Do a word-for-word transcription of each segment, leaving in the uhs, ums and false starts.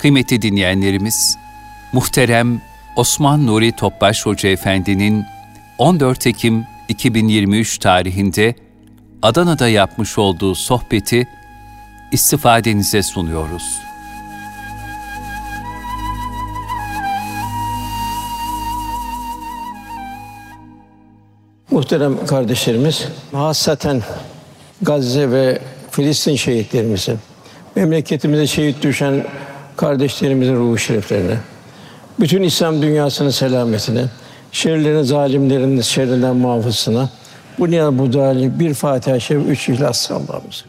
Kıymetli dinleyenlerimiz, muhterem Osman Nuri Topbaş Hoca Efendi'nin on dört Ekim iki bin yirmi üç tarihinde Adana'da yapmış olduğu sohbeti istifadenize sunuyoruz. Muhterem kardeşlerimiz, hasaten Gazze ve Filistin şehitlerimizin, memleketimize şehit düşen kardeşlerimizin ruhu şeriflerine, bütün İslam dünyasının selametine, şerlerin, zalimlerin şerrinden muhafızına, bu niyaz bu dâli bir Fatiha-i Şerif, üç İhlas Allah'ımız.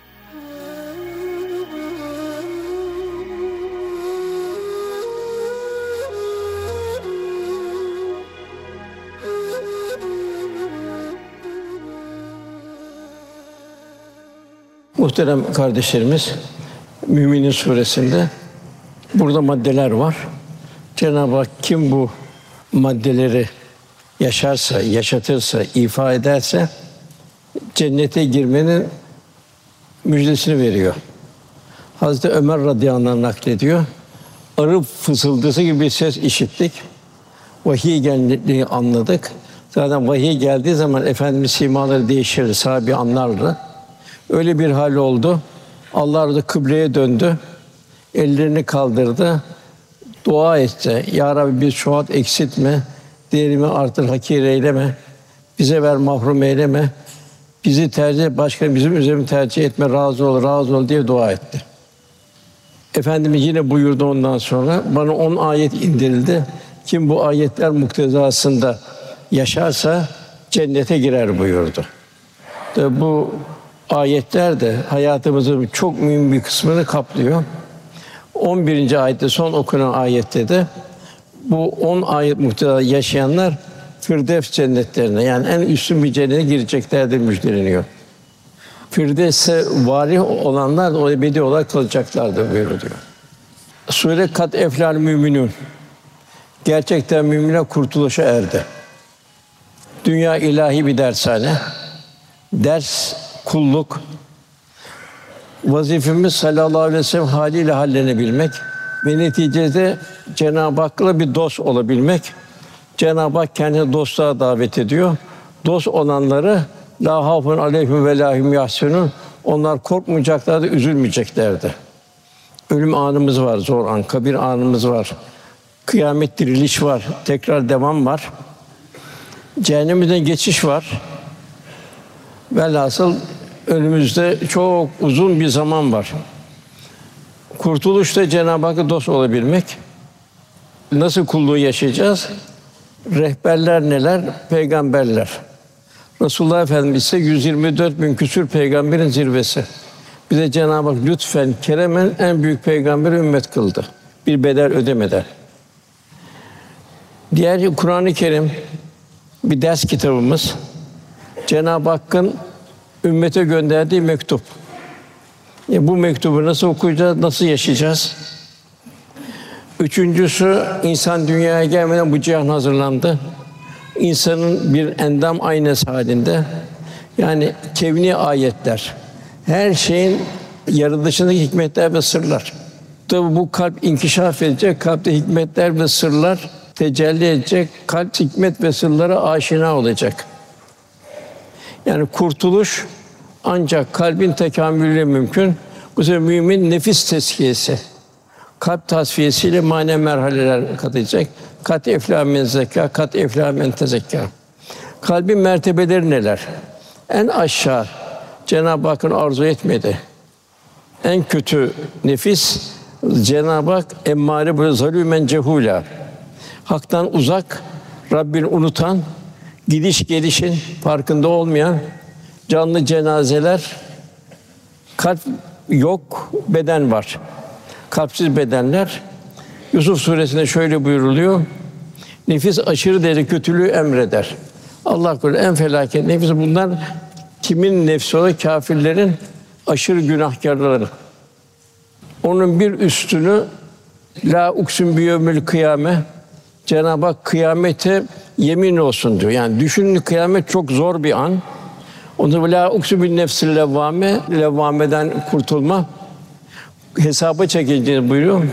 Muhterem kardeşlerimiz, Müminin Suresinde burada maddeler var. Cenab-ı Hak kim bu maddeleri yaşarsa, yaşatırsa, ifa ederse cennete girmenin müjdesini veriyor. Hazreti Ömer radıyallahu anh naklediyor. Arı fısıldısı gibi bir ses işittik. Vahiy geldiğini anladık. Zaten vahiy geldiği zaman Efendimiz simaları değişirdi, sahabe anlardı. Öyle bir hal oldu. Allah da kıbleye döndü. Ellerini kaldırdı. Dua etti. Ya Rabbi biz şuhat eksiltme. Değerimi artır, hakir eyleme. Bize ver, mahrum eyleme. Bizi tercih et, başka bizim üzerimizi tercih etme. Razı ol, razı ol diye dua etti. Efendimiz yine buyurdu ondan sonra. Bana on ayet indirildi. Kim bu ayetler muktezasında yaşarsa cennete girer buyurdu. Tabi bu ayetler de hayatımızın çok mühim bir kısmını kaplıyor. on birinci ayette, son okunan ayette de bu on ayet muhteva yaşayanlar Firdevs cennetlerine, yani en üstün bir cennete gireceklerdir müjdeleniyor. Firdevs'e varih olanlar da o ebedi olarak kalacaklardır buyuruluyor. Sure Kad Eflâl Müminûn. Gerçekten müminler kurtuluşa erdi. Dünya ilahi bir dershane. Ders kulluk. Vazifemiz sallallahu aleyhi ve sellem haliyle hallenebilmek ve neticede Cenab-ı Hak'la bir dost olabilmek. Cenab-ı Hak kendine dostluğa davet ediyor. Dost olanları la hafun aleyhim ve la hum yahzunun. Onlar korkmayacaklardı, üzülmeyeceklerdi. Ölüm anımız var, zor an, kabir anımız var. Kıyamet, diriliş var, tekrar devam var. Cehennemden geçiş var. Velhasıl önümüzde çok uzun bir zaman var. Kurtuluşta Cenab-ı Hakk'a dost olabilmek. Nasıl kulluğu yaşayacağız? Rehberler neler? Peygamberler. Resulullah Efendimiz ise yüz yirmi dört bin küsur peygamberin zirvesi. Bize Cenab-ı Hak lütfen, keremen en büyük peygamberi ümmet kıldı. Bir bedel ödemeden. Diğer Kur'an-ı Kerim bir ders kitabımız. Cenab-ı Hakk'ın ümmete gönderdiği mektup. E bu mektubu nasıl okuyacağız, nasıl yaşayacağız? Üçüncüsü, insan dünyaya gelmeden bu cihan hazırlandı. İnsanın bir endam aynası halinde. Yani kevni ayetler. Her şeyin yaratılışındaki hikmetler ve sırlar. Tabi bu kalp inkişaf edecek, kalpte hikmetler ve sırlar tecelli edecek, kalp hikmet ve sırlara aşina olacak. Yani kurtuluş ancak kalbin tekamülüyle mümkün. Bu sefer mümin nefis tezkiyesi, kalp tasfiyesiyle manevi merhaleler katacak. Kat eflâ men zekkâ, kat eflâ men tezekkâ. Kalbin mertebeleri neler? En aşağı Cenab-ı Hakk'ın arzu etmedi. En kötü nefis Cenab-ı Hak emmâre böyle zalûmen cehûlâ. Hak'tan uzak, Rabbini unutan, gidiş gelişin farkında olmayan canlı cenazeler, kalp yok, beden var. Kalpsiz bedenler. Yusuf Suresi'nde şöyle buyuruluyor. Nefis aşırı derece kötülüğü emreder. Allah korusun, en felaket nefis bunlar. Kimin nefsi o? Kâfirlerin aşırı günahkârları. Onun bir üstünü la uksim bi yevmil kıyame. Cenab-ı Hak kıyamete yemin olsun diyor. Yani düşünün, kıyamet çok zor bir an. Onu la uksim bin nefsil levvame, levvameden kurtulma hesaba çekileceğini buyuruyor.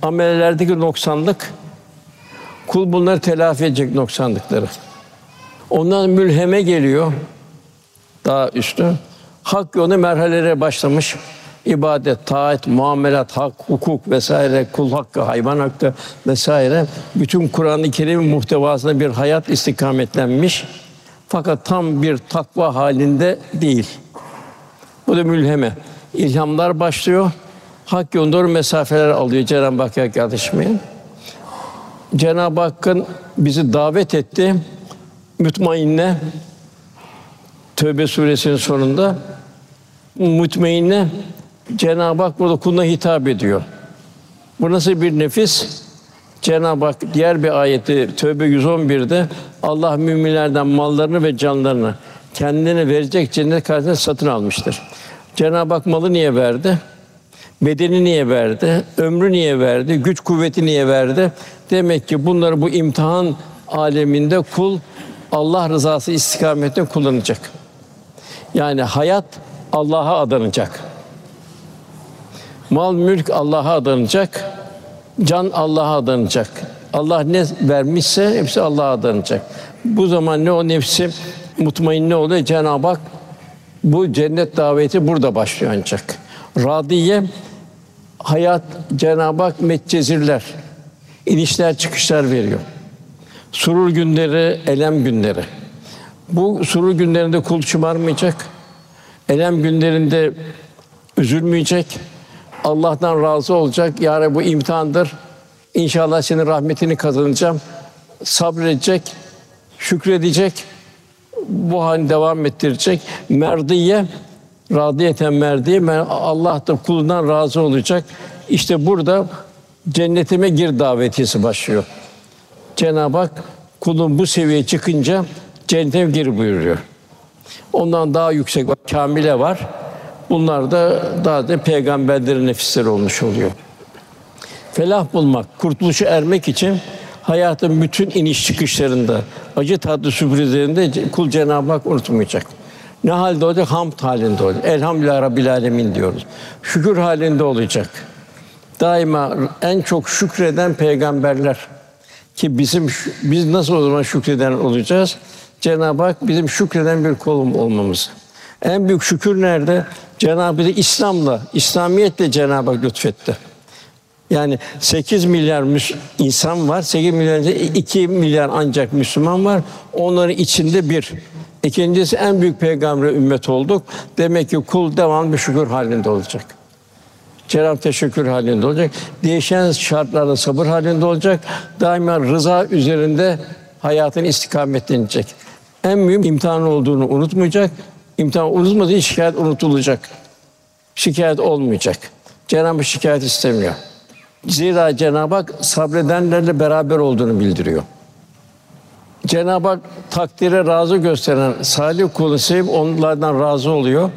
amellerdeki noksanlık, kul bunları telafi edecek noksanlıkları. Ondan mülheme geliyor, daha üstü. Hak yolu merhalelere başlamış. İbadet, taat, muamelat, hak, hukuk vesaire, kul hakkı, hayvan hakkı vesaire. Bütün Kur'an-ı Kerim'in muhtevasında bir hayat istikametlenmiş. Fakat tam bir takva halinde değil. Bu da mülheme. İlhamlar başlıyor. Hak yoluna doğru mesafeler alıyor Cenab-ı Hakk'a yaklaşmaya. Cenab-ı Hakk'ın bizi davet etti. Mütmainne, Tövbe suresinin sonunda mütmainne Cenab-ı Hak burada kuluna hitap ediyor. Bu nasıl bir nefis? Cenab-ı Hak diğer bir ayeti Tövbe yüz on birde Allah müminlerden mallarını ve canlarını kendine verecek cennet karşılığında satın almıştır. Cenab-ı Hak malı niye verdi? Bedeni niye verdi? Ömrü niye verdi? Güç kuvveti niye verdi? Demek ki bunları bu imtihan aleminde kul Allah rızası istikametinde kullanacak. Yani hayat Allah'a adanacak. Mal, mülk Allah'a adanacak. Can Allah'a adanacak. Allah ne vermişse hepsi Allah'a adanacak. Bu zaman ne o nefsi mutmainne oluyor. Cenab-ı Hak bu cennet daveti burada başlıyor ancak. Radiye hayat Cenab-ı Hak metcezirler, inişler çıkışlar veriyor. Surur günleri, elem günleri. Bu surur günlerinde kul şımarmayacak. Elem günlerinde üzülmeyecek. Allah'tan razı olacak. Ya Rabbi bu imtihandır. İnşallah senin rahmetini kazanacağım. Sabredecek, şükredecek. Bu halini devam ettirecek. Merdiye, radiyeten merdiye, Allah da kulundan razı olacak. İşte burada cennetime gir davetiyesi başlıyor. Cenab-ı Hak kulun bu seviyeye çıkınca cennete gir buyuruyor. Ondan daha yüksek var, kâmile var. Bunlar da daha da peygamberlerin nefisleri olmuş oluyor. Felah bulmak, kurtuluşa ermek için hayatın bütün iniş çıkışlarında, acı tatlı sürprizlerinde kul Cenab-ı Hak unutmayacak. Ne halde olacak? Hamd halinde olacak. Elhamdülillah Rabbil âlemin diyoruz. Şükür halinde olacak. Daima en çok şükreden peygamberler ki bizim biz nasıl o zaman şükreden olacağız? Cenab-ı Hak bizim şükreden bir kulum olmamız. En büyük şükür nerede? Cenab-ı Hak İslam'la, İslamiyetle Cenab-ı Hak lütfetti. Yani sekiz milyar müs- insan var. sekiz milyar iki milyar ancak Müslüman var. Onların içinde bir. İkincisi en büyük peygamber ümmet olduk. Demek ki kul devamlı bir şükür halinde olacak. Cenab-ı teşekkür halinde olacak. Değişen şartlarda sabır halinde olacak. Daima rıza üzerinde hayatını istikametlenecek. En mühim imtihan olduğunu unutmayacak. İmtihan unutmadığı için şikayet unutulacak. Şikayet olmayacak. Cenab-ı Hak şikayet istemiyor. Zira Cenab-ı Hak sabredenlerle beraber olduğunu bildiriyor. Cenab-ı Hak takdire razı gösteren salih kulu sevip onlardan razı oluyor.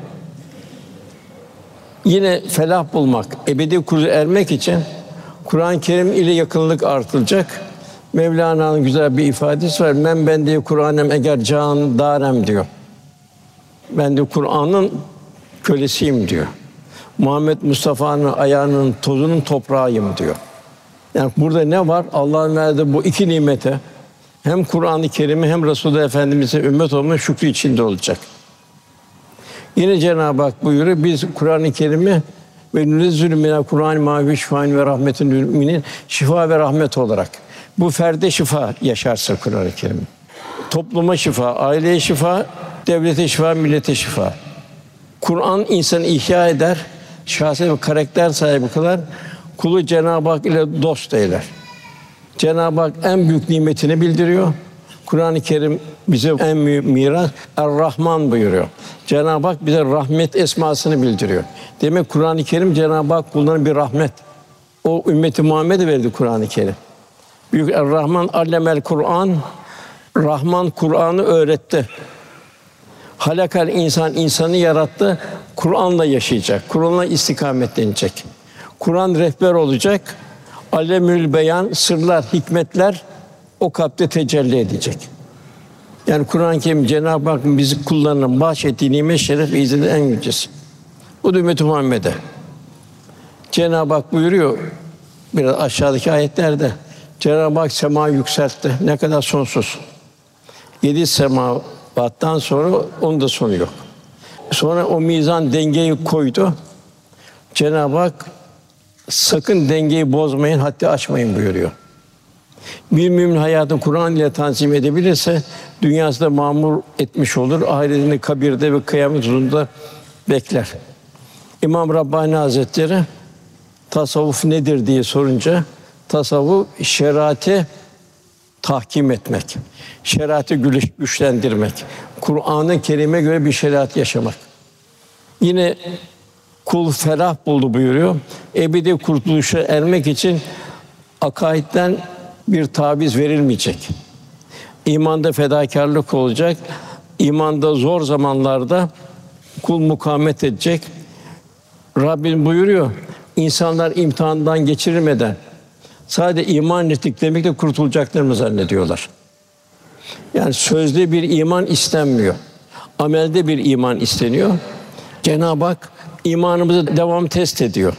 Yine felah bulmak, ebedi huzura ermek için Kur'an-ı Kerim ile yakınlık artılacak. Mevlana'nın güzel bir ifadesi var. Men bende Kur'anem eğer can darem diyor. Ben de Kur'an'ın kölesiyim diyor. Muhammed Mustafa'nın ayağının tozunun toprağıyım diyor. Yani burada ne var? Allah'ın verdiği bu iki nimete hem Kur'an-ı Kerim'i hem Resulullah Efendimiz'e ümmet olma şükrü içinde olacak. Yine Cenab-ı Hak buyuruyor, biz Kur'an-ı Kerim'i ve nünezzülü minel Kur'an-ı mâ şifaen ve rahmetin lil müminin şifa ve rahmet olarak bu ferde şifa yaşarsa Kur'an-ı Kerim. Topluma şifa, aileye şifa, devlete şifa, millete şifa. Kur'an insanı ihya eder, şahsiyet ve karakter sahibi kılar, kulu Cenab-ı Hak ile dost eyler. Cenab-ı Hak en büyük nimetini bildiriyor. Kur'an-ı Kerim bize en büyük miras Er-Rahman buyuruyor. Cenab-ı Hak bize rahmet esmasını bildiriyor. Demek Kur'an-ı Kerim Cenab-ı Hak kullarına bir rahmet. O ümmeti Muhammed'e verdi Kur'an-ı Kerim. Büyük Er-Rahman allemel Kur'an, Rahman Kur'an'ı öğretti. Halakal insan insanı yarattı. Kur'an'la yaşayacak. Kur'an'la istikametlenecek. Kur'an rehber olacak. Alemül beyan, sırlar, hikmetler o kalpte tecelli edecek. Yani Kur'an-ı Kerim Cenab-ı Hakk'ın bizi kullarına bahşettiği nimet, şeref ve izzetin en yücesi. Bu da ümmet-i Muhammed'e. Cenab-ı Hak buyuruyor, Biraz aşağıdaki ayetlerde Cenab-ı Hak semayı yükseltti. Ne kadar sonsuz. Yedi semavattan sonra onun da sonu yok. Sonra o mizan dengeyi koydu. Cenab-ı Hak sakın dengeyi bozmayın, haddi aşmayın buyuruyor. Bir mümin hayatı Kur'an ile tanzim edebilirse dünyasında mamur etmiş olur. Ahiretinde, kabirde ve kıyamet huzurunda bekler. İmam Rabbani Hazretleri tasavvuf nedir diye sorunca tasavvuf şeriatı tahkim etmek, şeriatı güçlendirmek, Kur'an-ı Kerim'e göre bir şeriat yaşamak. Yine kul ferah buldu buyuruyor. Ebedi kurtuluşa ermek için akaidden bir taviz verilmeyecek. İmanda fedakârlık olacak. İmanda zor zamanlarda kul mukavemet edecek. Rabbim buyuruyor, insanlar imtihandan geçirilmeden sadece iman ettik demekle kurtulacaklarını zannediyorlar. Yani sözde bir iman istenmiyor. Amelde bir iman isteniyor. Cenab-ı Hak imanımızı devam test ediyor.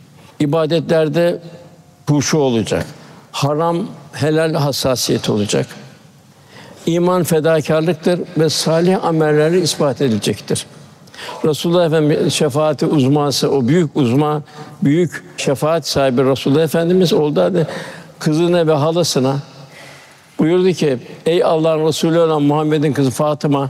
İbadetlerde huşu olacak. Haram, helal hassasiyet olacak. İman fedakârlıktır ve salih amellerle ispat edilecektir. Resulullah Efendimiz şefaati uzması, o büyük uzman, büyük şefaat sahibi Resulullah Efendimiz oldu halde kızına ve halasına buyurdu ki: Ey Allah'ın Resulü olan Muhammed'in kızı Fatıma,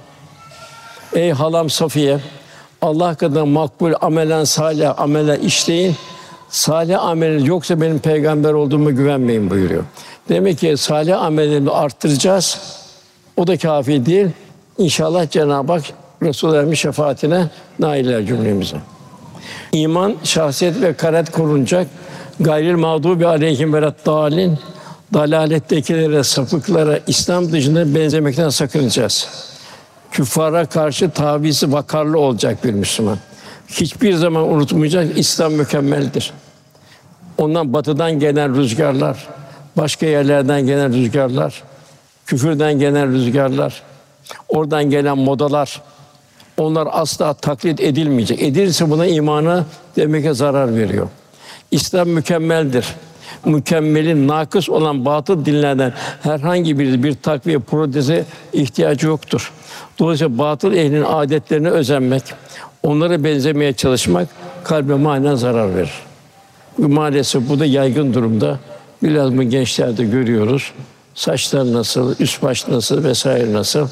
ey halam Safiye, Allah katında makbul amelen salih amele işleyin. Salih ameliniz yoksa benim peygamber olduğuma güvenmeyin buyuruyor. Demek ki salih amelini arttıracağız. O da kâfi değil. İnşallah Cenab-ı Hak Resulullah'ın şefaatine nailler cümlemize. İman, şahsiyet ve karakter korunacak. Gayril mağdûbi aleyhim veleddâlin. Dalalettekilere, sapıklara, İslam dışında benzemekten sakınacağız. Küffara karşı tavizi vakarlı olacak bir Müslüman. Hiçbir zaman unutmayacak, İslam mükemmeldir. Ondan batıdan gelen rüzgarlar, başka yerlerden gelen rüzgarlar, küfürden gelen rüzgarlar, oradan gelen modalar, onlar asla taklit edilmeyecek. Edilirse buna imana demek ki zarar veriyor. İslam mükemmeldir. Mükemmelin nakıs olan batıl dinlerden herhangi bir bir takviye, proteze ihtiyacı yoktur. Dolayısıyla batıl ehlinin adetlerine özenmek, onlara benzemeye çalışmak kalbe manen zarar verir. Maalesef bu da yaygın durumda. Biraz bu gençlerde görüyoruz. Saçlar nasıl, üst baş nasıl vesaire nasıl,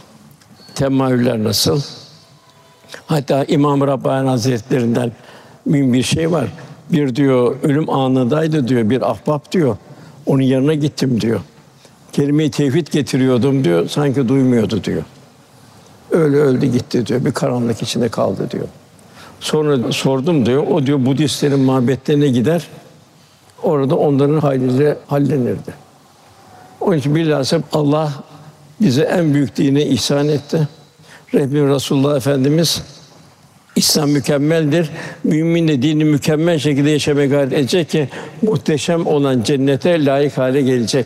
temayüller nasıl. Hatta İmam Rabbani Hazretlerinden mühim bir şey var. Bir diyor ölüm anındaydı diyor bir ahbap diyor. Onun yanına gittim diyor. Kelime-i tevhid getiriyordum diyor. Sanki duymuyordu diyor. Öyle öldü gitti diyor. Bir karanlık içinde kaldı diyor. Sonra sordum diyor. O diyor Budistlerin mabetlerine gider. Orada onların haliyle hallenirdi. Onun için bilhassa Allah bize en büyük dini ihsan etti. Rabbim Resulullah Efendimiz İslam mükemmeldir. Mümin de dini mükemmel şekilde yaşamaya gayret edecek ki muhteşem olan cennete layık hale gelecek.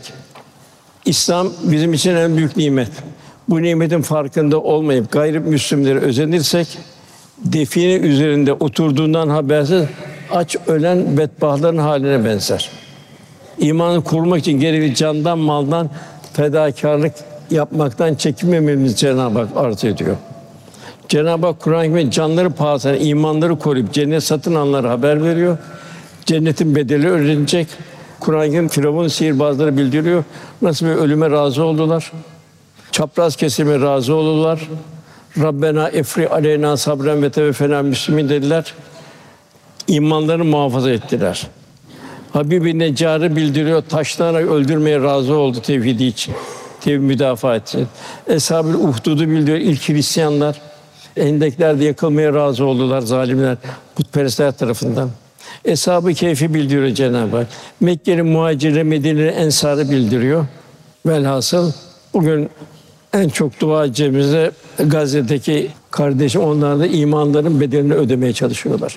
İslam bizim için en büyük nimet. Bu nimetin farkında olmayıp gayrimüslimlere özenirsek define üzerinde oturduğundan habersiz aç ölen bedbahtların haline benzer. İmanı kurmak için gerekli candan maldan fedakârlık yapmaktan çekinmememiz Cenab-ı Hak arz ediyor. Cenab-ı Hak Kur'an-ı Kerim'de canları pahasına imanları koruyup cennet satın alanlara haber veriyor. Cennetin bedeli ödenecek. Kur'an-ı Kerim Firavun sihirbazları bildiriyor. Nasıl bir ölüme razı oldular? Çapraz kesime razı oldular. Rabbena efri aleyna sabren ve teveffena müslimin dediler. İmanlarını muhafaza ettiler. Habib-i Neccar'ı bildiriyor. Taşlanarak öldürmeye razı oldu tevhidi için. Tevhid müdafaa için. Eshab-ı Uhdud'u bildiriyor. İlk Hristiyanlar. Hendeklerde yakılmaya razı oldular zalimler, putperestler tarafından. Eshab-ı Kehf'i bildiriyor Cenab-ı Hak. Mekke'nin muhacirleri, Medine'nin ensarı bildiriyor. Velhasıl bugün en çok dua edeceğimizde Gazze'deki kardeşim, onlar da imanların bedelini ödemeye çalışıyorlar.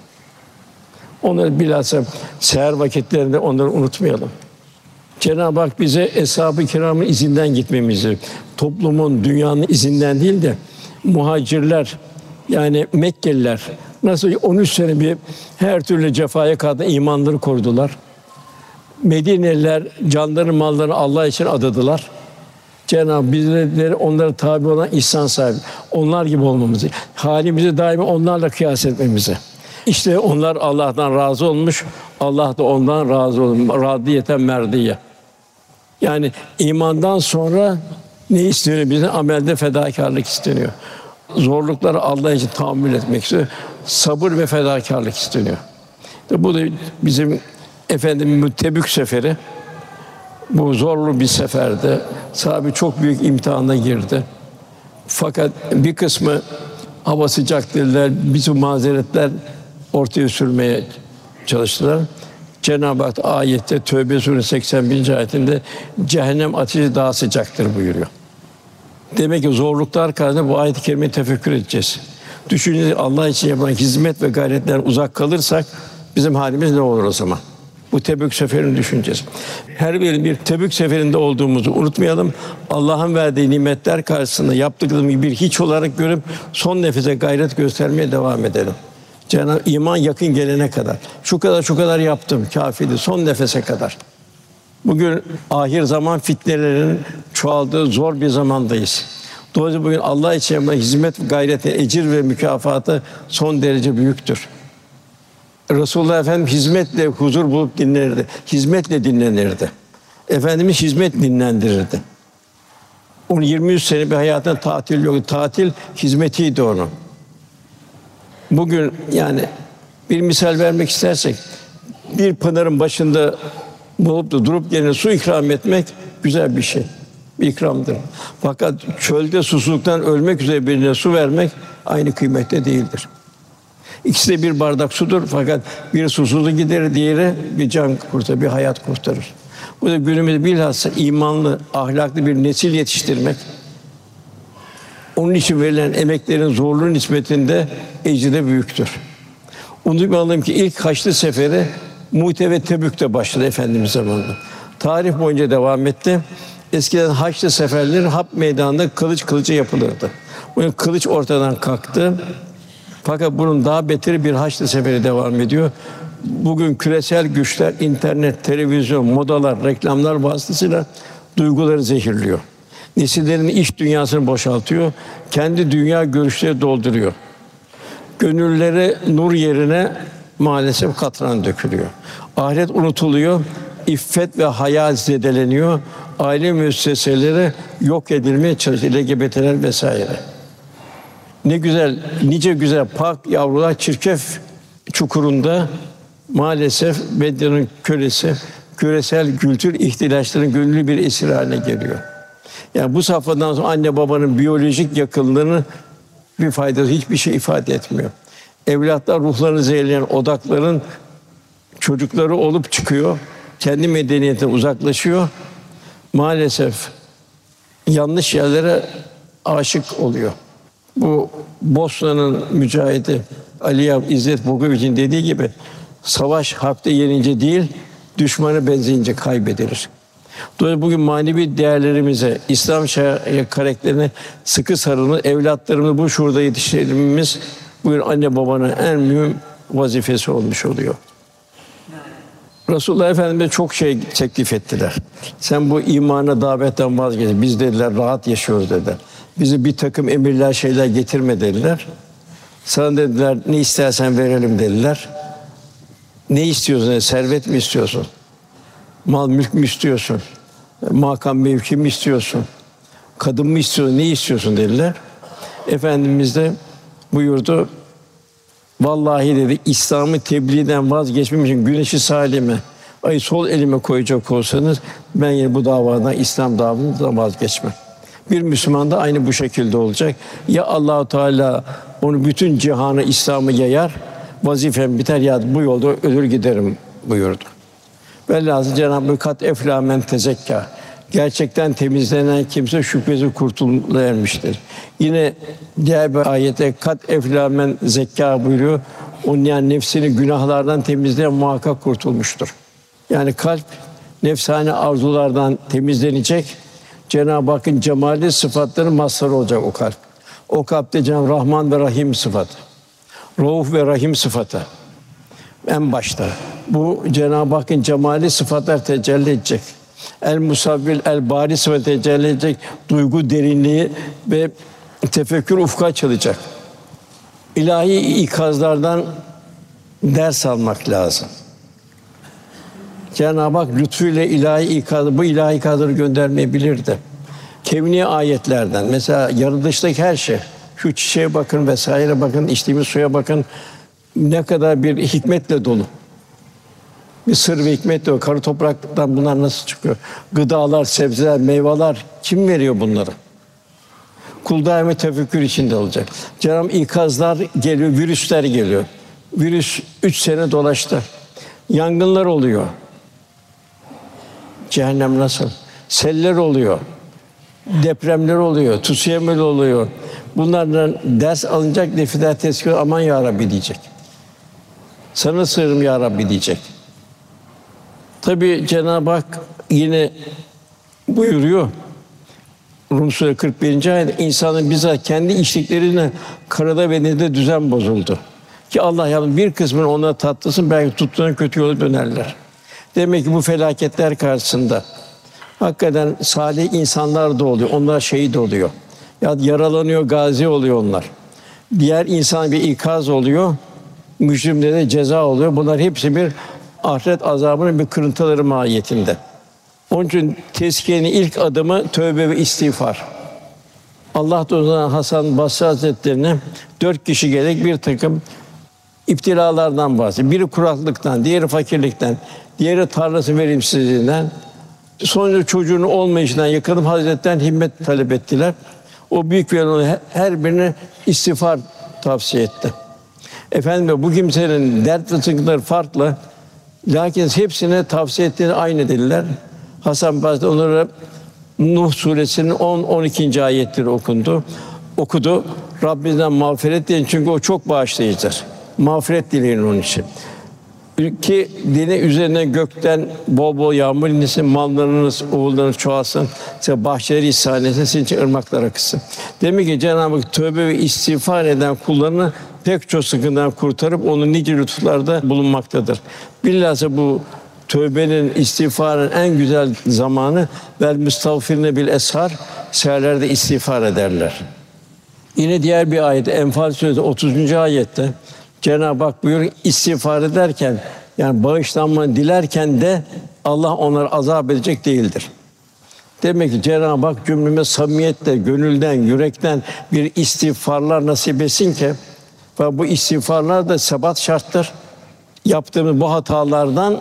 Onları bilhassa seher vakitlerinde onları unutmayalım. Cenab-ı Hak bize Eshab-ı Kiram'ın izinden gitmemizi, toplumun, dünyanın izinden değil de muhacirler, yani Mekkeliler nasıl on üç sene bir her türlü cefaya karşı imanları korudular. Medineliler canlarını, mallarını Allah için adadılar. Cenab-ı bizleri onlara tabi olan ihsan sahibi. Onlar gibi olmamızı, halimizi daima onlarla kıyas etmemizi. İşte onlar Allah'tan razı olmuş, Allah da ondan razı olmuş. Radiyeten merdiye. Yani imandan sonra ne isteniyor bizden? Amelde fedakârlık isteniyor. Zorlukları Allah için tahammül etmek istiyor. Sabır ve fedakârlık isteniyor. Bu da bizim Efendimiz Tebük seferi. Bu zorlu bir seferde sahabe çok büyük imtihana girdi. Fakat bir kısmı hava sıcak dediler, bütün mazeretler ortaya sürmeye çalıştılar. Cenab-ı Hak ayette Tövbe Suresi seksen birinci ayetinde cehennem ateşi daha sıcaktır buyuruyor. Demek ki zorluklar karşısında bu ayet-i kerimeyi tefekkür edeceğiz. Düşünün, Allah için yapılan hizmet ve gayretler uzak kalırsak bizim halimiz ne olur o zaman? Bu Tebük seferini düşüneceğiz. Her birinin bir Tebük seferinde olduğumuzu unutmayalım. Allah'ın verdiği nimetler karşısında yaptıklarımızı bir hiç olarak görüp son nefese gayret göstermeye devam edelim. Cenab-ı iman yakın gelene kadar. Şu kadar şu kadar yaptım kâfiydi son nefese kadar. Bugün ahir zaman fitnelerinin çoğaldığı zor bir zamandayız. Dolayısıyla bugün Allah için yapılan hizmet, gayreti, ecir ve mükafatı son derece büyüktür. Resulullah Efendimiz hizmetle huzur bulup dinlenirdi. Hizmetle dinlenirdi. Efendimiz hizmet dinlendirirdi. Onun yirmi üç sene bir hayatında tatil yoktu. Tatil hizmetiydi onun. Bugün yani bir misal vermek istersek bir pınarın başında bulup da durup yerine su ikram etmek güzel bir şey. Bir ikramdır. Fakat çölde susuzluktan ölmek üzere birine su vermek aynı kıymette değildir. İkisi de bir bardak sudur fakat biri susuzluğu giderir, diğeri bir can kurtarır, bir hayat kurtarır. Bu da günümüzde bilhassa imanlı, ahlaklı bir nesil yetiştirmek. Onun için verilen emeklerin zorluğu nispetinde ecri de büyüktür. Unutmayalım ki ilk Haçlı Seferi Mu'te ve Tebük'te başladı Efendimiz zamanında. Tarih boyunca devam etti. Eskiden Haçlı seferleri Harp Meydanı'nda kılıç kılıca yapılırdı. Bugün kılıç ortadan kalktı. Fakat bunun daha beteri bir Haçlı Seferi devam ediyor. Bugün küresel güçler, internet, televizyon, modalar, reklamlar vasıtasıyla duyguları zehirliyor. Nesillerin iç dünyasını boşaltıyor, kendi dünya görüşleri dolduruyor. Gönüllere nur yerine maalesef katran dökülüyor. Ahiret unutuluyor, iffet ve haya zedeleniyor. Aile müesseseleri yok edilmeye çalışıyor, L G B T'ler vesaire. Ne güzel, nice güzel pak yavrular çirkef çukurunda maalesef medyanın kölesi, küresel kültür ihtilaçlarının gönüllü bir esir haline geliyor. Yani bu safhadan sonra anne babanın biyolojik yakınlığının bir faydası, hiçbir şey ifade etmiyor. Evlatlar ruhlarını zehirleyen odakların çocukları olup çıkıyor, kendi medeniyetinden uzaklaşıyor. Maalesef yanlış yerlere aşık oluyor. Bu Bosna'nın mücahidi Aliya İzzet Bogoviç'in dediği gibi savaş harpte yenince değil, düşmana benzeyince kaybedilir. Dolayısıyla bugün manevi değerlerimize, İslam karakterine sıkı sarılıp evlatlarımızı bu şuurda yetiştirmemiz bugün anne babanın en mühim vazifesi olmuş oluyor. Resulullah Efendimiz çok şey teklif ettiler. Sen bu imana davetten vazgeç. Biz dediler rahat yaşıyoruz dediler. Bize bir takım emirler, şeyler getirme dediler. Sana dediler ne istersen verelim dediler. Ne istiyorsun? Yani, servet mi istiyorsun? Mal mülk mü istiyorsun? Makam mevki mi istiyorsun? Kadın mı istiyorsun? Ne istiyorsun dediler. Efendimiz de buyurdu. Vallahi dedi İslam'ı tebliğden vazgeçmem için güneşi salime, ay sol elime koyacak olsanız ben yine bu davadan, İslam davasından vazgeçmem. Bir Müslüman da aynı bu şekilde olacak. Ya Allah-u Teala onu bütün cihana İslam'ı yayar, vazifem biter ya bu yolda ölür giderim buyurdu. Velhâsıl Cenab-ı Hak kat eflâ men tezekkâ. Gerçekten temizlenen kimse şüphesiz kurtuluşa ermiştir. Yine diğer bir ayette kat eflâ men zekkâ buyuruyor. Onun yani nefsini günahlardan temizleyen muhakkak kurtulmuştur. Yani kalp nefsani arzulardan temizlenecek. Cenab-ı Hakk'ın cemali sıfatları mazhar olacak o kalp. O kalpte Cenab-ı Rahman ve Rahim sıfatı. Rauf ve Rahim sıfatı en başta. Bu Cenab-ı Hakk'ın cemali sıfatlar tecelli edecek. El musavvir, el bari sıfatı tecelli edecek. Duygu derinliği ve tefekkür ufku açılacak. İlahi ikazlardan ders almak lazım. Cenab-ı Hak lütfuyla ilahi ikazı, bu ilahi ikazları göndermeyebilirdi. Kevni ayetlerden, mesela yaratılıştaki her şey, şu çiçeğe bakın vesaire bakın, içtiğimiz suya bakın, ne kadar bir hikmetle dolu. Bir sır ve hikmet de kara topraktan bunlar nasıl çıkıyor? Gıdalar, sebzeler, meyveler kim veriyor bunları? Kul daima tefekkür içinde olacak. Cenab-ı ikazlar geliyor, virüsler geliyor. Virüs üç sene dolaştı. Yangınlar oluyor. Cehennem nasıl? Seller oluyor. Depremler oluyor. Tsunami oluyor. Bunlardan ders alınacak, nefisler tezkir, aman ya Rabbi diyecek. Sana sığırım ya Rabbi diyecek. Tabii Cenab-ı Hak yine buyuruyor. Rum Suresi kırk birinci ayet, insanın bizzat kendi işliklerine karada ve denizde düzen bozuldu. Ki Allah yalnız bir kısmını ona tatlısın, belki tuttuğuna kötü yola dönerler. Demek ki bu felaketler karşısında hakikaten salih insanlar da oluyor, onlar şehit oluyor. Ya yaralanıyor, gazi oluyor onlar. Diğer insan bir ikaz oluyor, mücrimlere de ceza oluyor. Bunlar hepsi bir ahiret azabının bir kırıntıları mahiyetinde. Onun için tezkiyenin ilk adımı tövbe ve istiğfar. Allah dostundan Hasan Basri Hazretleri'ne dört kişi gerek bir takım iptilalardan bahsediyor. Biri kuraklıktan, diğeri fakirlikten, diğeri tarlası verimsizliğinden, sonra çocuğunun olmayışından yakınıp Hazretlerinden himmet talep ettiler. O büyük velinin her birine istiğfar tavsiye etti. Efendim bu kimsenin dert ve sıkıntıları farklı. Lakin hepsine tavsiye ettiğini aynı dediler. Hasan Basri onlara Nuh suresinin on on ikinci ayetleri okundu. Okudu. Rabbinizden mağfiret dileyin çünkü o çok bağışlayıcıdır. Mağfiret dileyin onun için. Ki dine üzerine gökten bol bol yağmur insin, mallarınız, oğullarınız çoğalsın, size bahçeleri ihsan etsin, sizin için ırmaklar akısın. Demek ki Cenab-ı Hak tövbe ve istiğfar eden kullarını pek çok sıkıntıdan kurtarıp onun nice lütuflarda bulunmaktadır. Bilhassa bu tövbenin, istiğfarın en güzel zamanı vel müstağfirine bil eshar, seherlerde istiğfar ederler. Yine diğer bir ayet Enfal Suresi otuzuncu ayette Cenab-ı Hak buyuruyor istiğfar ederken yani bağışlanma dilerken de Allah onları azap edecek değildir. Demek ki Cenab-ı Hak cümleme samimiyetle, gönülden, yürekten bir istiğfarlar nasip etsin ki ve bu istiğfarlar da sebat şarttır. Yaptığımız bu hatalardan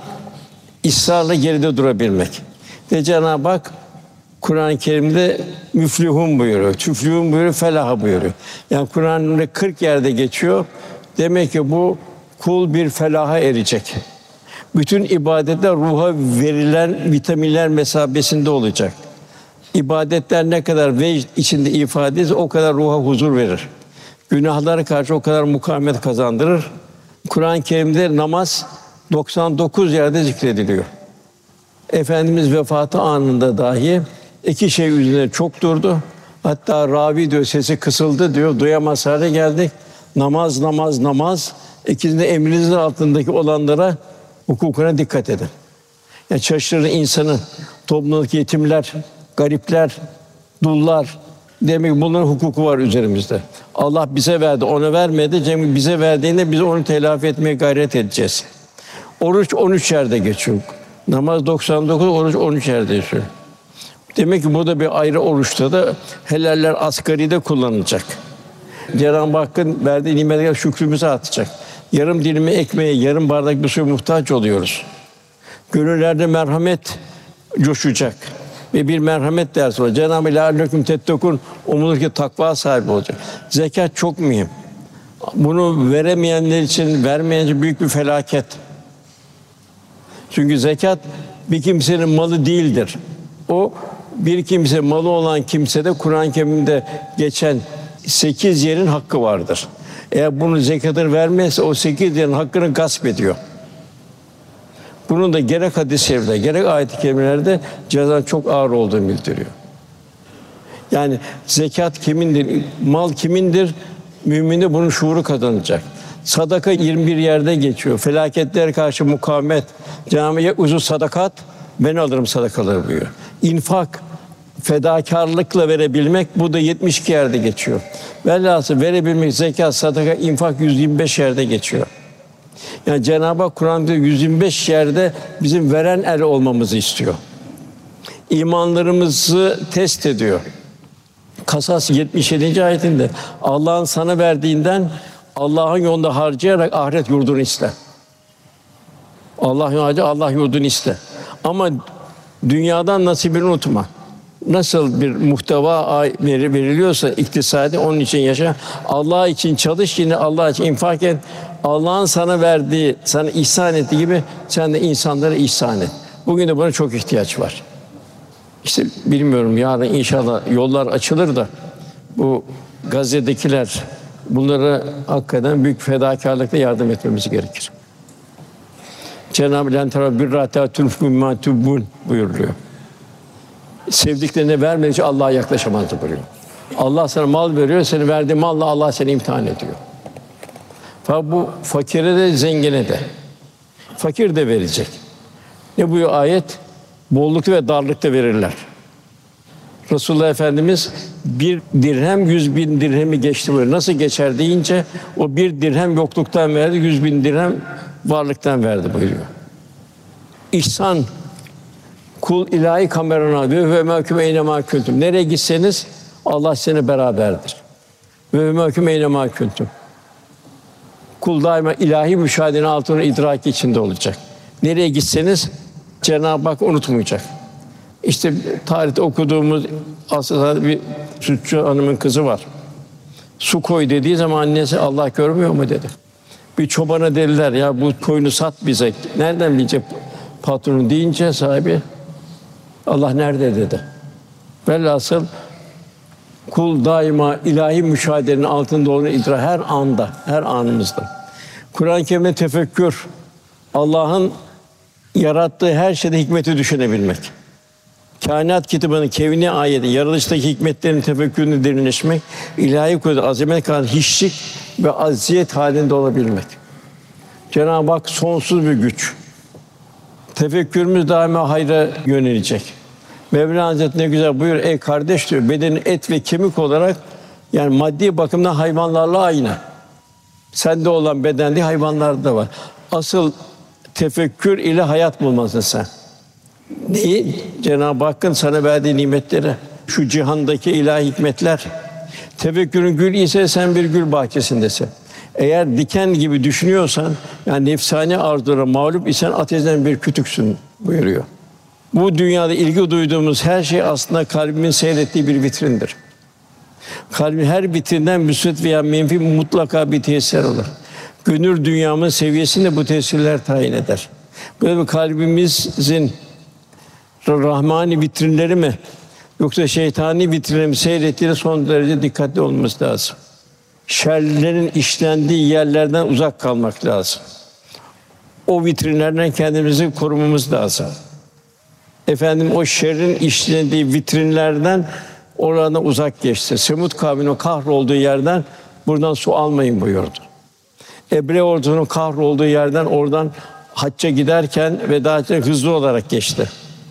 ısrarla geride durabilmek. Ve Cenab-ı Hak Kur'an-ı Kerim'de müflihun buyuruyor. Tüflihun buyuruyor, felaha buyuruyor. Yani Kur'an'ın kırk yerde geçiyor. Demek ki bu kul bir felaha erecek. Bütün ibadetler ruha verilen vitaminler mesabesinde olacak. İbadetler ne kadar vecd içinde ifade edilirse o kadar ruha huzur verir. Günahlara karşı o kadar mukavemet kazandırır. Kur'an-ı Kerim'de namaz doksan dokuz yerde zikrediliyor. Efendimiz vefatı anında dahi iki şey üzerine çok durdu. Hatta ravi diyor sesi kısıldı diyor. Duyamaz hale geldik. Namaz, namaz, namaz. İkisinde emrinizin altındaki olanlara hukukuna dikkat edin. Yani şaşırır insanı, toplumdaki yetimler, garipler, dullar. Demek ki bunların hukuku var üzerimizde. Allah bize verdi, ona vermedi. Cem bize verdiğinde biz onu telafi etmeye gayret edeceğiz. Oruç on üç yerde geçiyor. Namaz doksan dokuz, oruç on üç yerde geçiyor. Demek ki bu da bir ayrı oruçta da helaller asgaride kullanılacak. Cenab-ı Hakk'ın verdiği nimetler şükrümüzü artacak. Yarım dilimi ekmeğe, yarım bardak bir suya muhtaç oluyoruz. Gönüllerde merhamet coşacak ve bir merhamet dersi olacak. Cenab-ı Lealleküm tettekûn umulur ki takva sahibi olacak. Zekat çok mühim. Bunu veremeyenler için, vermeyenler için büyük bir felaket. Çünkü zekat bir kimsenin malı değildir. O bir kimse malı olan kimsede Kur'an-ı Kerim'de geçen sekiz yerin hakkı vardır. Eğer bunu zekatını vermezse o sekiz yerin hakkını gasp ediyor. Bunun da gerek hadis-i şerifte, gerek ayet-i kerimelerde ceza çok ağır olduğunu bildiriyor. Yani zekat kimindir, mal kimindir? Mümin de bunun şuuru kazanacak. Sadaka yirmi bir yerde geçiyor. Felaketlere karşı mukavemet. Cenab-ı uzun sadakat, ben alırım sadakaları buyuruyor. İnfak, fedakarlıkla verebilmek, bu da yetmiş iki yerde geçiyor. Velhâsıl verebilmek, zekat, sadaka, infak yüz yirmi beş yerde geçiyor. Yani Cenab-ı Hak Kur'an'da yüz yirmi beş yerde bizim veren el olmamızı istiyor. İmanlarımızı test ediyor. Kasas yetmiş yedinci ayetinde Allah'ın sana verdiğinden Allah'ın yolunda harcayarak ahiret yurdunu iste. Allah'ın yolunda Allah yurdunu iste. Ama dünyadan nasibini unutma. Nasıl bir muhteva veriliyorsa iktisadi, onun için yaşa. Allah için çalış, yine Allah için infak et. Allah'ın sana verdiği, sana ihsan ettiği gibi sen de insanlara ihsan et. Bugün de buna çok ihtiyaç var. İşte bilmiyorum, yarın inşallah yollar açılır da bu Gazze'dekiler, bunlara hakikaten büyük fedakarlıkla yardım etmemiz gerekir. Cenab-ı Lan tara birrata tulfun ma tubun buyuruyor. Sevdiklerine vermedikçe Allah'a yaklaşamazdı buyuruyor. Allah sana mal veriyor, seni verdiği malla Allah seni imtihan ediyor. Fakat bu fakire de zengine de, fakir de verecek. Ne buyuruyor ayet? Bollukta ve darlıkta verirler. Resulullah Efendimiz bir dirhem yüz bin dirhemi geçti buyuruyor. Nasıl geçer deyince o bir dirhem yokluktan verdi, yüz bin dirhem varlıktan verdi buyuruyor. İhsan, kul ilahi kamerana ve mehkum eyne ma kuntum. Nereye gitseniz Allah seni beraberdir. Ve mehkum eyne ma kuntum. Kul daima ilahi müşahedenin altında idraki içinde olacak. Nereye gitseniz Cenab-ı Hak unutmayacak. İşte tarihte okuduğumuz aslında bir sütçü hanımın kızı var. Su koy dediği zaman annesi Allah görmüyor mu dedi. Bir çobana dediler ya bu koyunu sat bize. Nereden bilecek patronu deyince sahibi Allah nerede dedi. Velhasıl kul daima ilahi müşahedenin altında olduğunu idrak her anda, her anımızda. Kur'an-ı Kerim'de tefekkür, Allah'ın yarattığı her şeyde hikmeti düşünebilmek. Kainat kitabının kevni ayeti, yaratılıştaki hikmetlerin tefekkürünü derinleşmek, ilahi kudret, azamet kadar hiçlik ve aziyet halinde olabilmek. Cenab-ı Hak sonsuz bir güç. Tefekkürümüz daima hayra yönelecek. Mevlana Hazretleri ne güzel buyuruyor, ey kardeş diyor, bedenin et ve kemik olarak yani maddi bakımdan hayvanlarla aynı. Sende olan beden değil, hayvanlarda da var. Asıl tefekkür ile hayat bulmasın sen. Neyi? Cenab-ı Hakk'ın sana verdiği nimetleri, şu cihandaki ilahi hikmetler. Tefekkürün gül ise sen bir gül bahçesindesin. Eğer diken gibi düşünüyorsan, yani nefsani arzulara mağlup isen ateşten bir kütüksün buyuruyor. Bu dünyada ilgi duyduğumuz her şey aslında kalbimin seyrettiği bir vitrindir. Kalbin her vitrinden müsbet veya menfi mutlaka bir tesir olur. Gönül dünyamın seviyesini de bu tesirler tayin eder. Böyle kalbimizin rahmani vitrinleri mi yoksa şeytani vitrinleri mi seyrettiğine son derece dikkatli olmamız lazım. Şerlerin işlendiği yerlerden uzak kalmak lazım. O vitrinlerden kendimizi korumamız lazım. Efendim o şerrin işlendiği vitrinlerden oradan uzak geçti. Semud kavminin o kahrolduğu yerden buradan su almayın buyurdu. Ebre ordusunun kahrolduğu yerden oradan hacca giderken veda ederken hızlı olarak geçti.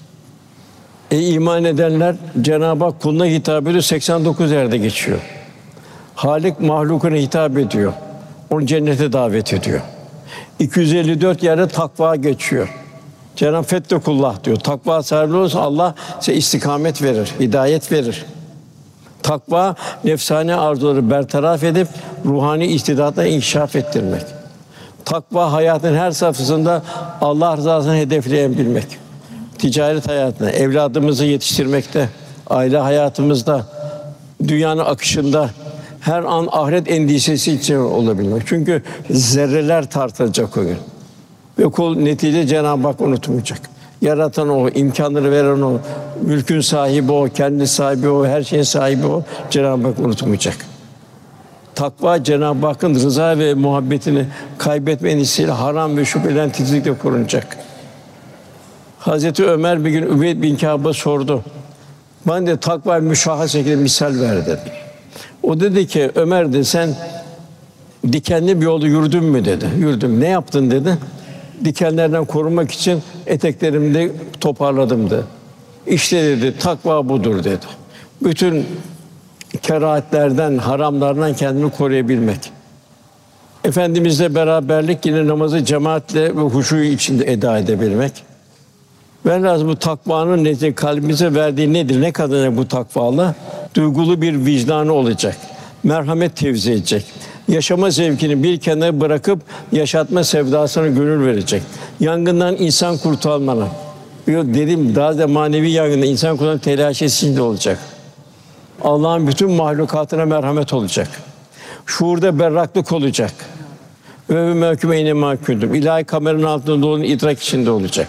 E iman edenler Cenab-ı Hak kuluna hitap ediyor, seksen dokuz yerde geçiyor. Halik mahlukuna hitap ediyor. Onu cennete davet ediyor. iki yüz elli dört yerde takva geçiyor. Cenab-ı Hak fettekullah diyor. Takva sahibi olursa Allah size istikamet verir, hidayet verir. Takva nefsani arzuları bertaraf edip ruhani istidatla inkişaf ettirmek. Takva hayatın her safhasında Allah rızasını hedefleyen bilmek. Ticaret hayatında, evladımızı yetiştirmekte, aile hayatımızda, dünyanın akışında her an ahiret endişesi içinde olabilmek. Çünkü zerreler tartılacak o gün. Ve kul netice Cenab-ı Hak unutmayacak. Yaratan o, imkânları veren o, mülkün sahibi o, kendi sahibi o, her şeyin sahibi o. Cenab-ı Hak unutmayacak. Takva Cenab-ı Hakk'ın rıza ve muhabbetini kaybetme endişesiyle haram ve şüpheden titizlikle korunacak. Hazreti Ömer bir gün Übeyd bin Kâb'a sordu. Bana de takva müşahhas şekilde misal ver dedi. O dedi ki Ömer de sen Dikenli bir yolda yürüdün mü dedi. Yürüdüm. Ne yaptın dedi. Dikenlerden korunmak için eteklerimi toparladım dedi. İşte dedi takva budur dedi. Bütün kerahatlerden, haramlardan kendini koruyabilmek. Efendimizle beraberlik, yine namazı cemaatle ve huşu içinde eda edebilmek. Velhâsıl bu takvanın neticede kalbimize verdiği nedir? Ne kadar bu takvalı? Duygulu bir vicdanı olacak. Merhamet tevzi edecek. Yaşama zevkini bir kenara bırakıp yaşatma sevdasına gönül verecek. Yangından insan kurtarmanın. Dedim daha da manevi yangında insan kurtarmanın telaşı içinde olacak. Allah'ın bütün mahlukatına merhamet olacak. Şuurda berraklık olacak. Ve mehkûmeyne mahkûdum. İlahi kameranın altında dolu idrak içinde olacak.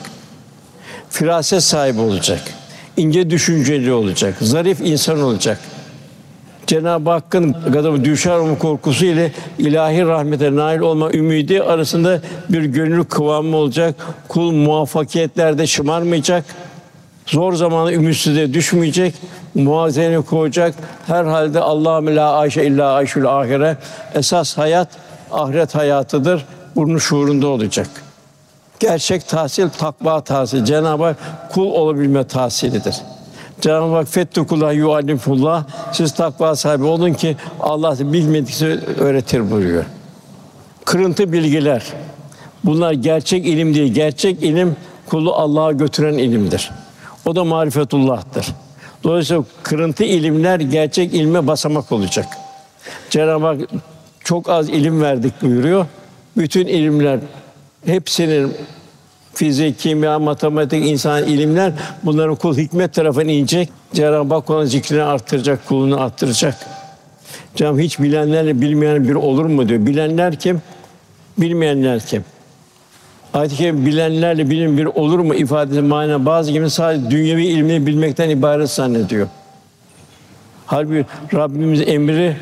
Firaset sahibi olacak. İnce düşünceli olacak. Zarif insan olacak. Cenab-ı Hakk'ın gadabı düşer olma korkusu ile ilahi rahmete nail olma ümidi arasında bir gönül kıvamı olacak. Kul muvaffakiyetlerde şımarmayacak. Zor zamanda ümitsizliğe düşmeyecek. Muazene koyacak. Her halde Allahümme la ayşe illa ayşül ahire. Esas hayat ahiret hayatıdır. Bunun şuurunda olacak. Gerçek tahsil takva tahsil. Cenab-ı Hak kul olabilme tahsilidir. Cenab-ı Hak fettekullah yuallimullah. Siz takva sahibi olun ki Allah size bilmedikçe öğretir buyuruyor. Kırıntı bilgiler. Bunlar gerçek ilim değil. Gerçek ilim kulu Allah'a götüren ilimdir. O da marifetullah'tır. Dolayısıyla kırıntı ilimler gerçek ilme basamak olacak. Cenab-ı Hak çok az ilim verdik buyuruyor. Bütün ilimler hepsinin fizik, kimya, matematik, insan ilimler bunların kul hikmet tarafına inecek. Cenab-ı Hak onun zikrini arttıracak, kulunu arttıracak. Cenab-ı Hak hiç bilenlerle bilmeyen bir olur mu diyor. Bilenler kim? Bilmeyenler kim? Ayet-i kerime bilenlerle bilim bir olur mu ifadesi manasında bazı gibi sadece dünyevi ilmini bilmekten ibaret zannediyor. Halbuki Rabbimiz emri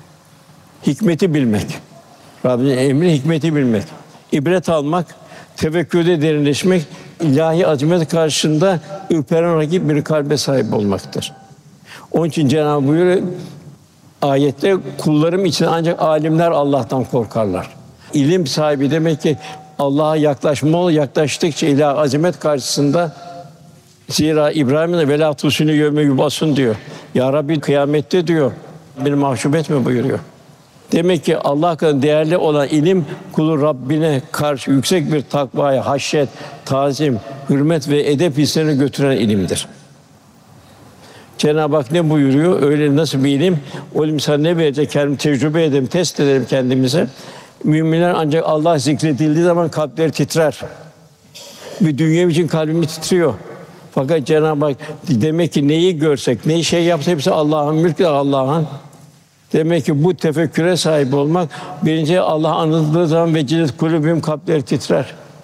hikmeti bilmek. Rabbimizin emri hikmeti bilmek. İbret almak, tefekkürde derinleşmek, ilahi azamet karşısında ürperen rakip bir kalbe sahip olmaktır. Onun için Cenab-ı Hak buyuruyor ayette kullarım için ancak alimler Allah'tan korkarlar. İlim sahibi demek ki Allah'a yaklaşmalı, yaklaştıkça ilahi azamet karşısında zira İbrahim'in ve la tusini yevme yubasun diyor. Ya Rabbi kıyamette diyor. Beni mahcup etme buyuruyor. Demek ki Allah kadar değerli olan ilim kulu Rabbine karşı yüksek bir takvaya, haşyet, tazim, hürmet ve edep hislerine götüren ilimdir. Cenab-ı Hak ne buyuruyor? Öyle nasıl bir ilim? O ilim sana ne verecek? Kendimi tecrübe edelim, test edelim kendimize. Müminler ancak Allah zikredildiği zaman kalpleri titrer. Bir dünya için kalbimiz titriyor. Fakat Cenab-ı Hak demek ki neyi görsek, neyi şey yapsa hepsi Allah'ın mülkü, Allah'ın. Demek ki bu tefekküre sahip olmak, birinci Allah anıldığı zaman vecilet kulübüm kalpleri titrer.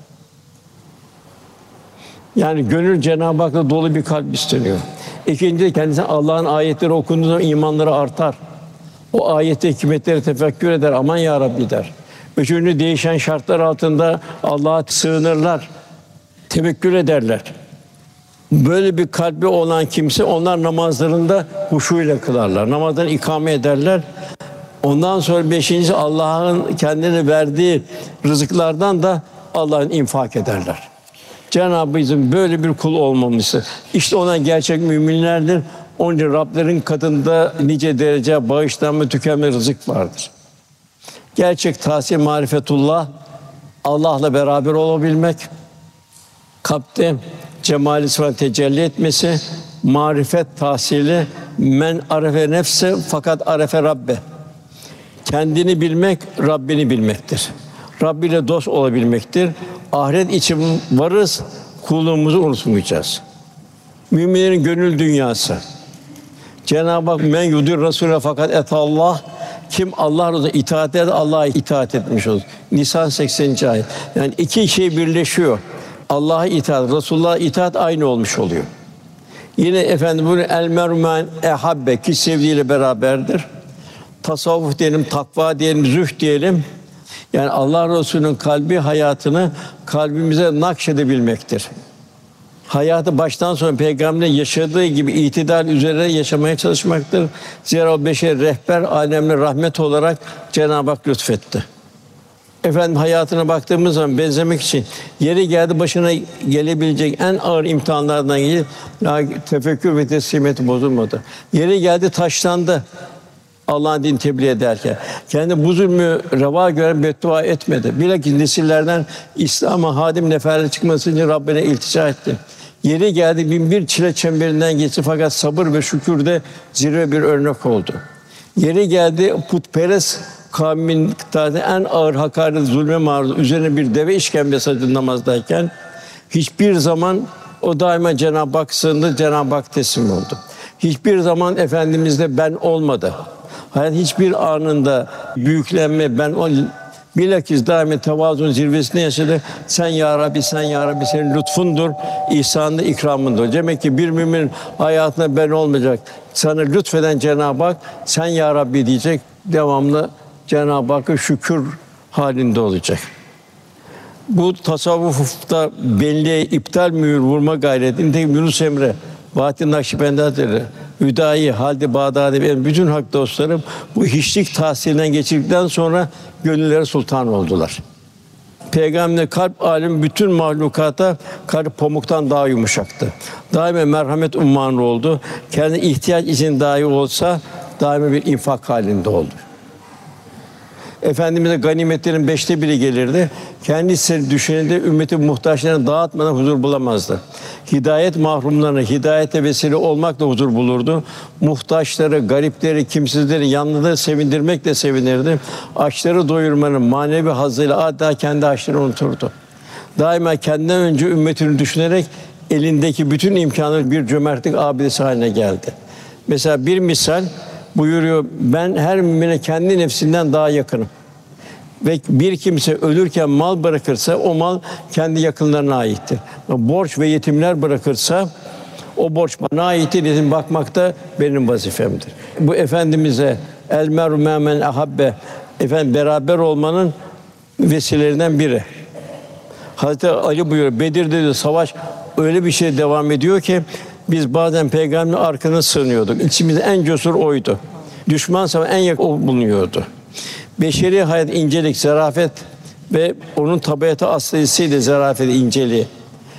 Yani gönül Cenab-ı Hak'la dolu bir kalp isteniyor. İkinci kendisine Allah'ın ayetleri okunduğu zaman imanları artar. O ayette hikmetleri tefekkür eder, aman ya Rabbi der. Üçüncü değişen şartlar altında Allah'a sığınırlar, tevekkül ederler. Böyle bir kalbi olan kimse onlar namazlarında huşuyla kılarlar. Namazdan ikame ederler. Ondan sonra beşincisi Allah'ın kendine verdiği rızıklardan da Allah'ın infak ederler. Cenab-ı Hak'ın böyle bir kul olmamızı. İşte ona gerçek müminlerdir. Onca Rablerin katında nice derece bağışlanma, tükenme rızık vardır. Gerçek tahsil marifetullah, Allah'la beraber olabilmek, kalpte cemali sıfat tecelli etmesi, marifet tahsili, men arefe nefse fakat arefe Rabbe. Kendini bilmek, Rabbini bilmektir. Rabbi ile dost olabilmektir. Ahiret için varız, kulluğumuzu unutmayacağız. Müminlerin gönül dünyası. Cenab-ı Hak men yudir Rasûle fakat etallah. Kim Allah razı itaat eder, Allah'a itaat etmiş olur. Nisa sekseninci ayet. Yani iki şey birleşiyor. Allah'a itaat, Resulullah'a itaat aynı olmuş oluyor. Yine efendim bunu el mermen ehabbe ki sevdiğiyle beraberdir. Tasavvuf diyelim, takva diyelim, zühd diyelim. Yani Allah Resulü'nün kalbi hayatını kalbimize nakşedebilmektir. Hayatı baştan sona Peygamber'in yaşadığı gibi itidal üzere yaşamaya çalışmaktır. Zira o beşer rehber, alemine rahmet olarak Cenab-ı Hak lütfetti. Efendim hayatına baktığımız zaman benzemek için yeri geldi başına gelebilecek en ağır imtihanlardan biri tefekkür ve teslimiyeti bozulmadı. Yeri geldi taşlandı. Allah'ın dinini tebliğ ederken kendi bu zulmü reva gören beddua etmedi. Bilakis nesillerden İslam'a hadim neferler çıkması için Rabbine iltica etti. Yeri geldi bin bir çile çemberinden geçti fakat sabır ve şükürde zirve bir örnek oldu. Yeri geldi putperest kavmin en ağır hakaret, zulme maruz üzerine bir deve işkembesi acı namazdayken hiçbir zaman o daima Cenab-ı Hak sığındı, Cenab-ı Hak teslim oldu. Hiçbir zaman Efendimiz'de ben olmadı. Hayat hiçbir anında büyüklenme, ben o bilakis daima tevazunun zirvesinde yaşadı. Sen ya Rabbi, sen ya Rabbi, senin lütfundur, ihsanın, ikramındır. Demek ki bir müminin hayatında ben olmayacak. Sana lütfeden Cenab-ı Hak, sen ya Rabbi diyecek, devamlı Cenab-ı Hakk'a şükür halinde olacak. Bu tasavvufta benliğe iptal mühür vurma gayretinde Yunus Emre, Bahattin Nakşibendi Hazretleri, Hüdayi, Halid-i Bağdadi ve bütün hak dostlarım bu hiçlik tahsilinden geçirdikten sonra gönülleri sultan oldular. Peygamber kalp alemi bütün mahlukata kalp pamuktan daha yumuşaktı. Daima merhamet ummanı oldu. Kendi ihtiyaç için dahi olsa daima bir infak halinde oldu. Efendimiz'e ganimetlerin beşte biri gelirdi. Kendisi düşününde ümmeti muhtaçlarına dağıtmadan huzur bulamazdı. Hidayet mahrumlarına hidayete vesile olmakla huzur bulurdu. Muhtaçları, garipleri, kimsizleri, yalnızları sevindirmekle sevinirdi. Açları doyurmanın manevi hazzıyla adeta kendi açlarını unuturdu. Daima kendinden önce ümmetini düşünerek elindeki bütün imkânları bir cömertlik abidesi haline geldi. Mesela bir misal buyuruyor, ben her mümine kendi nefsinden daha yakınım. Ve bir kimse ölürken mal bırakırsa o mal kendi yakınlarına aittir. Borç ve yetimler bırakırsa o borç bana aittir. Yetim bakmak da benim vazifemdir. Bu Efendimiz'e el meru men ahabbe, efendim beraber olmanın vesilelerinden biri. Hazreti Ali buyuruyor, Bedir'de de savaş öyle bir şey devam ediyor ki biz bazen Peygamber'in arkasına sığınıyorduk. İçimizde en cesur oydu. Düşman savaşı en yakın o bulunuyordu. Beşeri hayat incelik, zarafet ve onun tabiatı aslıydı zarafet, inceliği.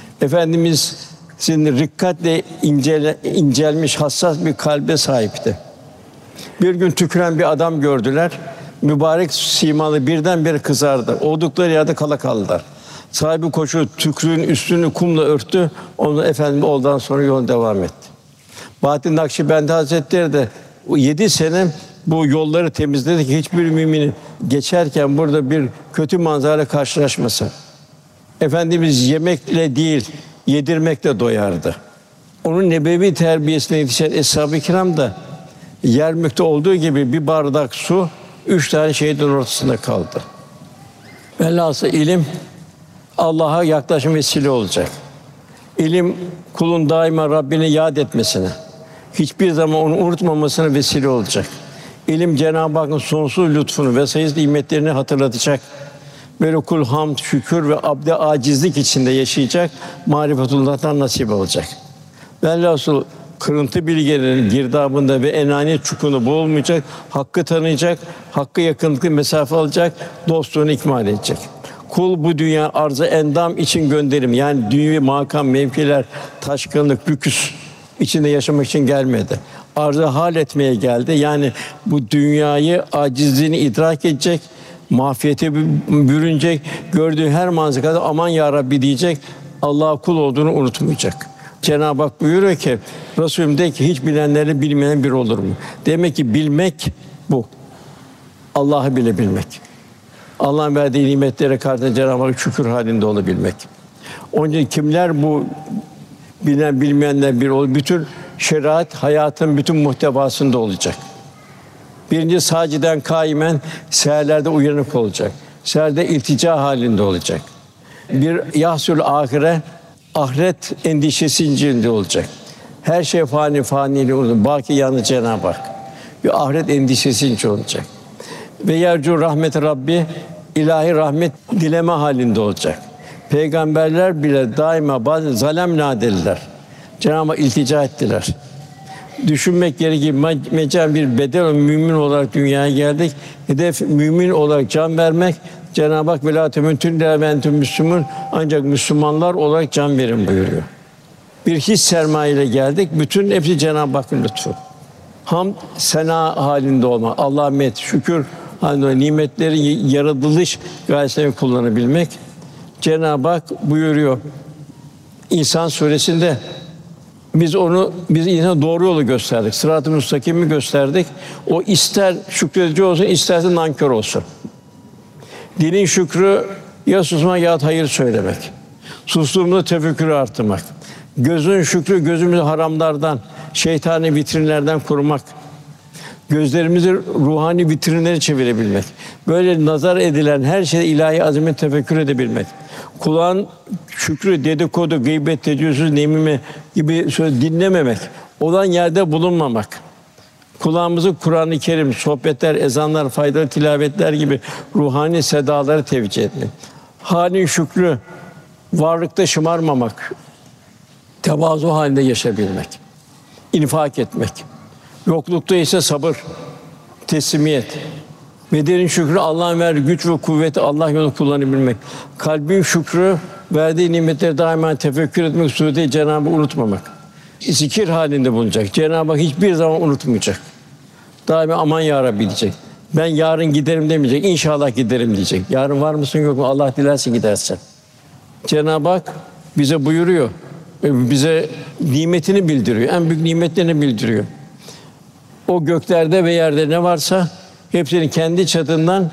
Efendimiz'in rikkatle incele, incelmiş, hassas bir kalbe sahipti. Bir gün tüküren bir adam gördüler. Mübarek simalı birdenbire kızardı. Oldukları yerde kala kaldılar. Sahibi koşu tükrüğün üstünü kumla örttü. Onu Efendimiz oldan sonra yol devam etti. Bahattin Nakşibendi Hazretleri de o yedi sene bu yolları temizledi ki hiçbir müminin geçerken burada bir kötü manzara karşılaşmasa. Efendimiz yemekle değil, yedirmekle doyardı. Onun nebevi terbiyesine yetişen Eshab-ı Kiram da Yermük'te olduğu gibi bir bardak su üç tane şehidin ortasında kaldı. Velhâsıl ilim Allah'a yaklaşım vesile olacak. İlim kulun daima Rabbini yad etmesine, hiçbir zaman onu unutmamasına vesile olacak. İlim Cenab-ı Hakk'ın sonsuz lütfunu ve sayısız nimetlerini hatırlatacak. Böyle kul hamd, şükür ve abde acizlik içinde yaşayacak, marifetullah'tan nasip olacak. Velhâsıl kırıntı bilgilerin girdabında ve enaniyet çukurunda boğulmayacak, hakkı tanıyacak, hakkı yakınlıklı mesafe alacak, dostluğunu ikmal edecek. Kul bu dünya arz-ı endam için gönderim. Yani dünyevi makam, mevkiler, taşkınlık, lüküs içinde yaşamak için gelmedi. Arz-ı hal etmeye geldi. Yani bu dünyayı acizliğini idrak edecek, mahfiyete bürünecek, gördüğü her manzarada aman ya Rabbi diyecek, Allah'a kul olduğunu unutmayacak. Cenab-ı Hak buyuruyor ki, Resulüm de ki hiç bilenlerle bilmeyen bir olur mu? Demek ki bilmek bu. Allah'ı bile bilmek. Allah'ın verdiği nimetlere karşı Cenab-ı Hak şükür halinde olabilmek. Onun için kimler bu bilen bilmeyenler bir olur, bütün şeriat hayatın bütün muhtevasında olacak. Birinci saciden kaimen seherlerde uyanık olacak. Seherde iltica halinde olacak. Bir yahsul ahire ahiret endişesi içinde olacak. Her şey fani faniliği olacak. Baki yalnız Cenab-ı Hak. Bir ahiret endişesi içinde olacak. Ve yercu rahmet Rabbi ilahi rahmet dileme halinde olacak. Peygamberler bile daima bazen zalemna dediler. Cenab-ı Hak iltica ettiler. Düşünmek gerekir. Mecan bir bedel mümin olarak dünyaya geldik. Hedef mümin olarak can vermek. Cenab-ı Hak velâ temûtûn illâ ve entüm müslümûn, ancak Müslümanlar olarak can verin buyuruyor. Bir his sermayeyle geldik. Bütün hepsi Cenab-ı Hakk'ın lütfu. Hamd, sena halinde olma. Allah'a met, şükür halinde nimetlerin yaratılış gayesini kullanabilmek. Cenab-ı Hak buyuruyor İnsan suresinde, biz onu, biz insana doğru yolu gösterdik. Sırat-ı müstakimi gösterdik. O ister şükredici olsun, isterse nankör olsun. Dilin şükrü ya susmak ya hayır söylemek. Sustuğumuzda tefekkürü artırmak. Gözün şükrü gözümüzü haramlardan, şeytani vitrinlerden korumak. Gözlerimizi ruhani vitrinlere çevirebilmek. Böyle nazar edilen her şeyde ilahi azamet tefekkür edebilmek. Kulağın şükrü, dedikodu, gıybet, tecessüs, nemime gibi söz dinlememek. Olan yerde bulunmamak. Kulağımızı Kur'an-ı Kerim, sohbetler, ezanlar, faydalı tilavetler gibi ruhani sedaları tevcih etmek. Halin şükrü, varlıkta şımarmamak. Tevazu halinde yaşayabilmek. İnfak etmek. Yoklukta ise sabır, teslimiyet. Bedenin şükrü, Allah'ın verdiği güç ve kuvveti Allah yolunda kullanabilmek. Kalbin şükrü, verdiği nimetleri daima tefekkür etmek suretiyle Cenab-ı Hakk'ı unutmamak. Zikir halinde bulunacak. Cenab-ı Hak hiçbir zaman unutmayacak. Daima aman ya Rabbi diyecek. Ben yarın giderim demeyecek. İnşallah giderim diyecek. Yarın var mısın yok mu? Allah dilerse gidersin. Cenab-ı Hak bize buyuruyor. Bize nimetini bildiriyor. En büyük nimetlerini bildiriyor. O göklerde ve yerde ne varsa hepsini kendi çatından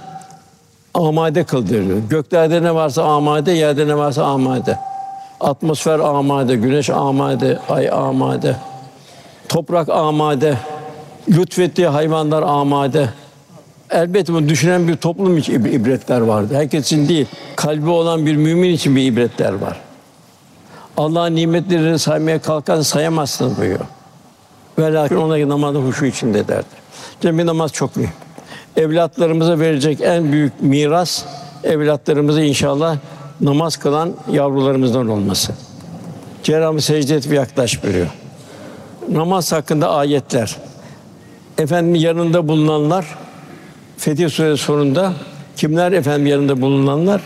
amade kıldırıyor. Göklerde ne varsa amade, yerde ne varsa amade. Atmosfer amade, güneş amade, ay amade. Toprak amade. Lütfettiği hayvanlar amade. Elbette bunu düşünen bir toplum için ibretler vardı. Herkes için değil. Kalbi olan bir mümin için bir ibretler var. Allah'ın nimetlerini saymaya kalkan sayamazsınız buyuruyor. Velakin ona namazda huşu içinde derdi. Cem namaz çok mühim. Evlatlarımıza verecek en büyük miras, evlatlarımızı inşallah namaz kılan yavrularımızdan olması. Cenab-ı secde et ve yaklaş buyuruyor. Namaz hakkında ayetler. Efendim yanında bulunanlar, Fetih Suresi sonunda kimler efendim yanında bulunanlar?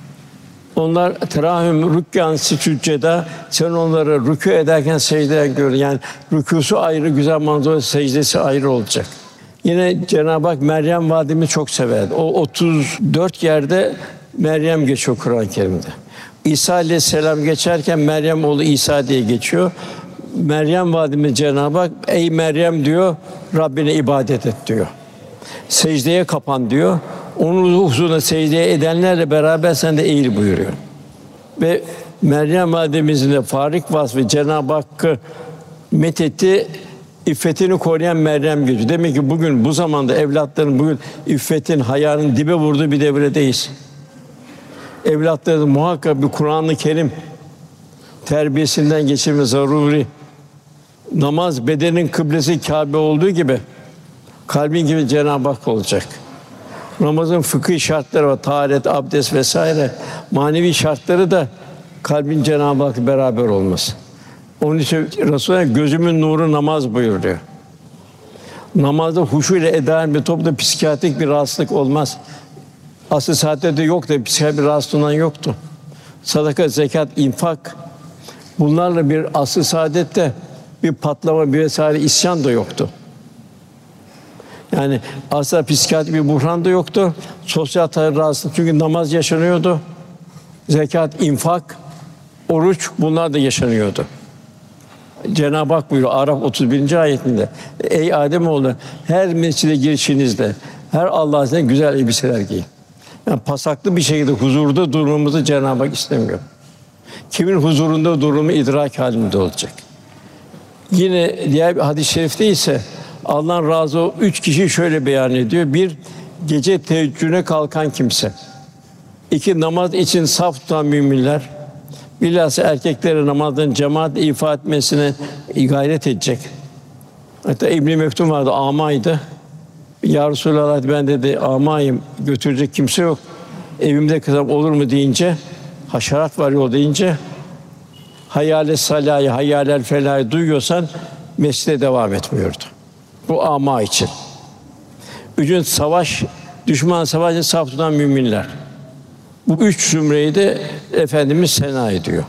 Onlar terahüm rükkan sücceda, sen onları rükû ederken secde gör. Yani rükûsu ayrı, güzel manzara, secdesi ayrı olacak. Yine Cenab-ı Hak Meryem validemizi çok severdi. O otuz dört yerde Meryem geçiyor Kur'an-ı Kerim'de. İsa Aleyhisselam geçerken Meryem oğlu İsa diye geçiyor. Meryem validemiz Cenab-ı Hak ey Meryem diyor, Rabbine ibadet et diyor. Secdeye kapan diyor. Onun huzuruna secdeye edenlerle beraber sen de eğil buyuruyor. Ve Meryem validemizin de farik vasfı Cenab-ı Hakk'ı methetti, iffetini koruyan Meryem gücü. Demek ki bugün bu zamanda evlatların bugün iffetin, hayanın dibe vurduğu bir devredeyiz. Evlatların muhakkak bir Kur'an-ı Kerim terbiyesinden geçirme zaruri. Namaz bedenin kıblesi Kâbe olduğu gibi kalbin gibi Cenab-ı Hak olacak. Namazın fıkhi şartları var, taharet, abdest vesaire. Manevi şartları da kalbin Cenab-ı Hak'la beraber olması. Onun için Resulullah gözümün nuru namaz buyuruyor. Namazda huşu ile eda eden bir toplumda psikiyatrik bir rahatsızlık olmaz. Asıl saatte de yoktu, psikiyatrik bir rahatsızlığından yoktu. Sadaka, zekat, infak, bunlarla bir asıl saadette bir patlama, bir vesaire isyan da yoktu. Yani asla psikiyatrik bir buhran da yoktu. Sosyal rahatsızlık, çünkü namaz yaşanıyordu. Zekat, infak, oruç, bunlar da yaşanıyordu. Cenab-ı Hak buyuruyor Araf otuz birinci ayetinde. Ey Âdemoğlu, her mescide girişinizde her Allah'a size güzel elbiseler giyin. Yani pasaklı bir şekilde huzurda durmamızı Cenab-ı Hak istemiyor. Kimin huzurunda durumu idrak halinde olacak. Yine diğer bir hadis-i şerifte ise Allah'ın razı olduğu üç kişi şöyle beyan ediyor. Bir, gece teheccüde kalkan kimse. İki, namaz için saf tutan müminler. Bilhassa erkeklere namazın cemaat ifa etmesine gayret edecek. Hatta İbn-i Mektum vardı, âmaydı. Ya Resulallah, ben dedi âmayım, götürecek kimse yok. Evimde kızım olur mu deyince, haşerat var yol deyince hayal-i salâhi, hayal-el felâhi duyuyorsan mescide devam etmiyordu. Bu ama için. Üçün savaş, düşman savaşı saf tutan müminler. Bu üç zümreyi de Efendimiz sena ediyor.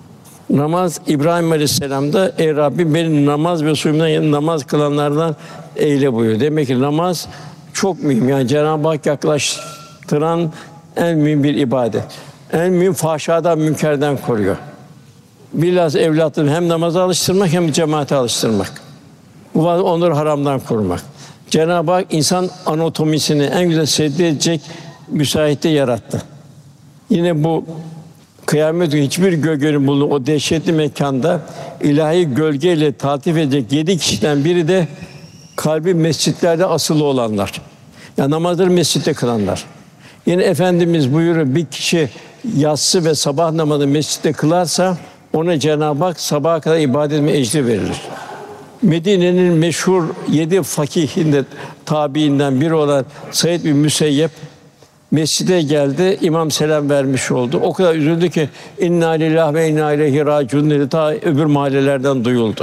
Namaz, İbrahim Aleyhisselam'da ey Rabbim beni namaz ve suyumdan namaz kılanlardan eyle buyuruyor. Demek ki namaz çok mühim. Yani Cenab-ı Hak yaklaştıran en mühim bir ibadet. En mühim fahşadan, münkerden koruyor. Bilhassa evlatlarını hem namaza alıştırmak hem cemaate alıştırmak. Bu onları haramdan korumak. Cenab-ı Hak insan anatomisini en güzel secde edecek müsaitliği yarattı. Yine bu kıyamet günü hiçbir gölgenin bulunduğu o dehşetli mekanda ilahi gölgeyle taltif edecek yedi kişiden biri de kalbi mescitlerde asılı olanlar. Yani namazları mescitte kılanlar. Yine Efendimiz buyuruyor, bir kişi yatsı ve sabah namazını mescitte kılarsa ona Cenab-ı Hak sabaha kadar ibadet etme ecri verilir. Medine'nin meşhur yedi fakihinde tabiinden biri olan Said bin Müseyyep mescide geldi, imam selam vermiş oldu. O kadar üzüldü ki inna lillahi ve inna ileyhi raciun dedi, ta öbür mahallelerden duyuldu.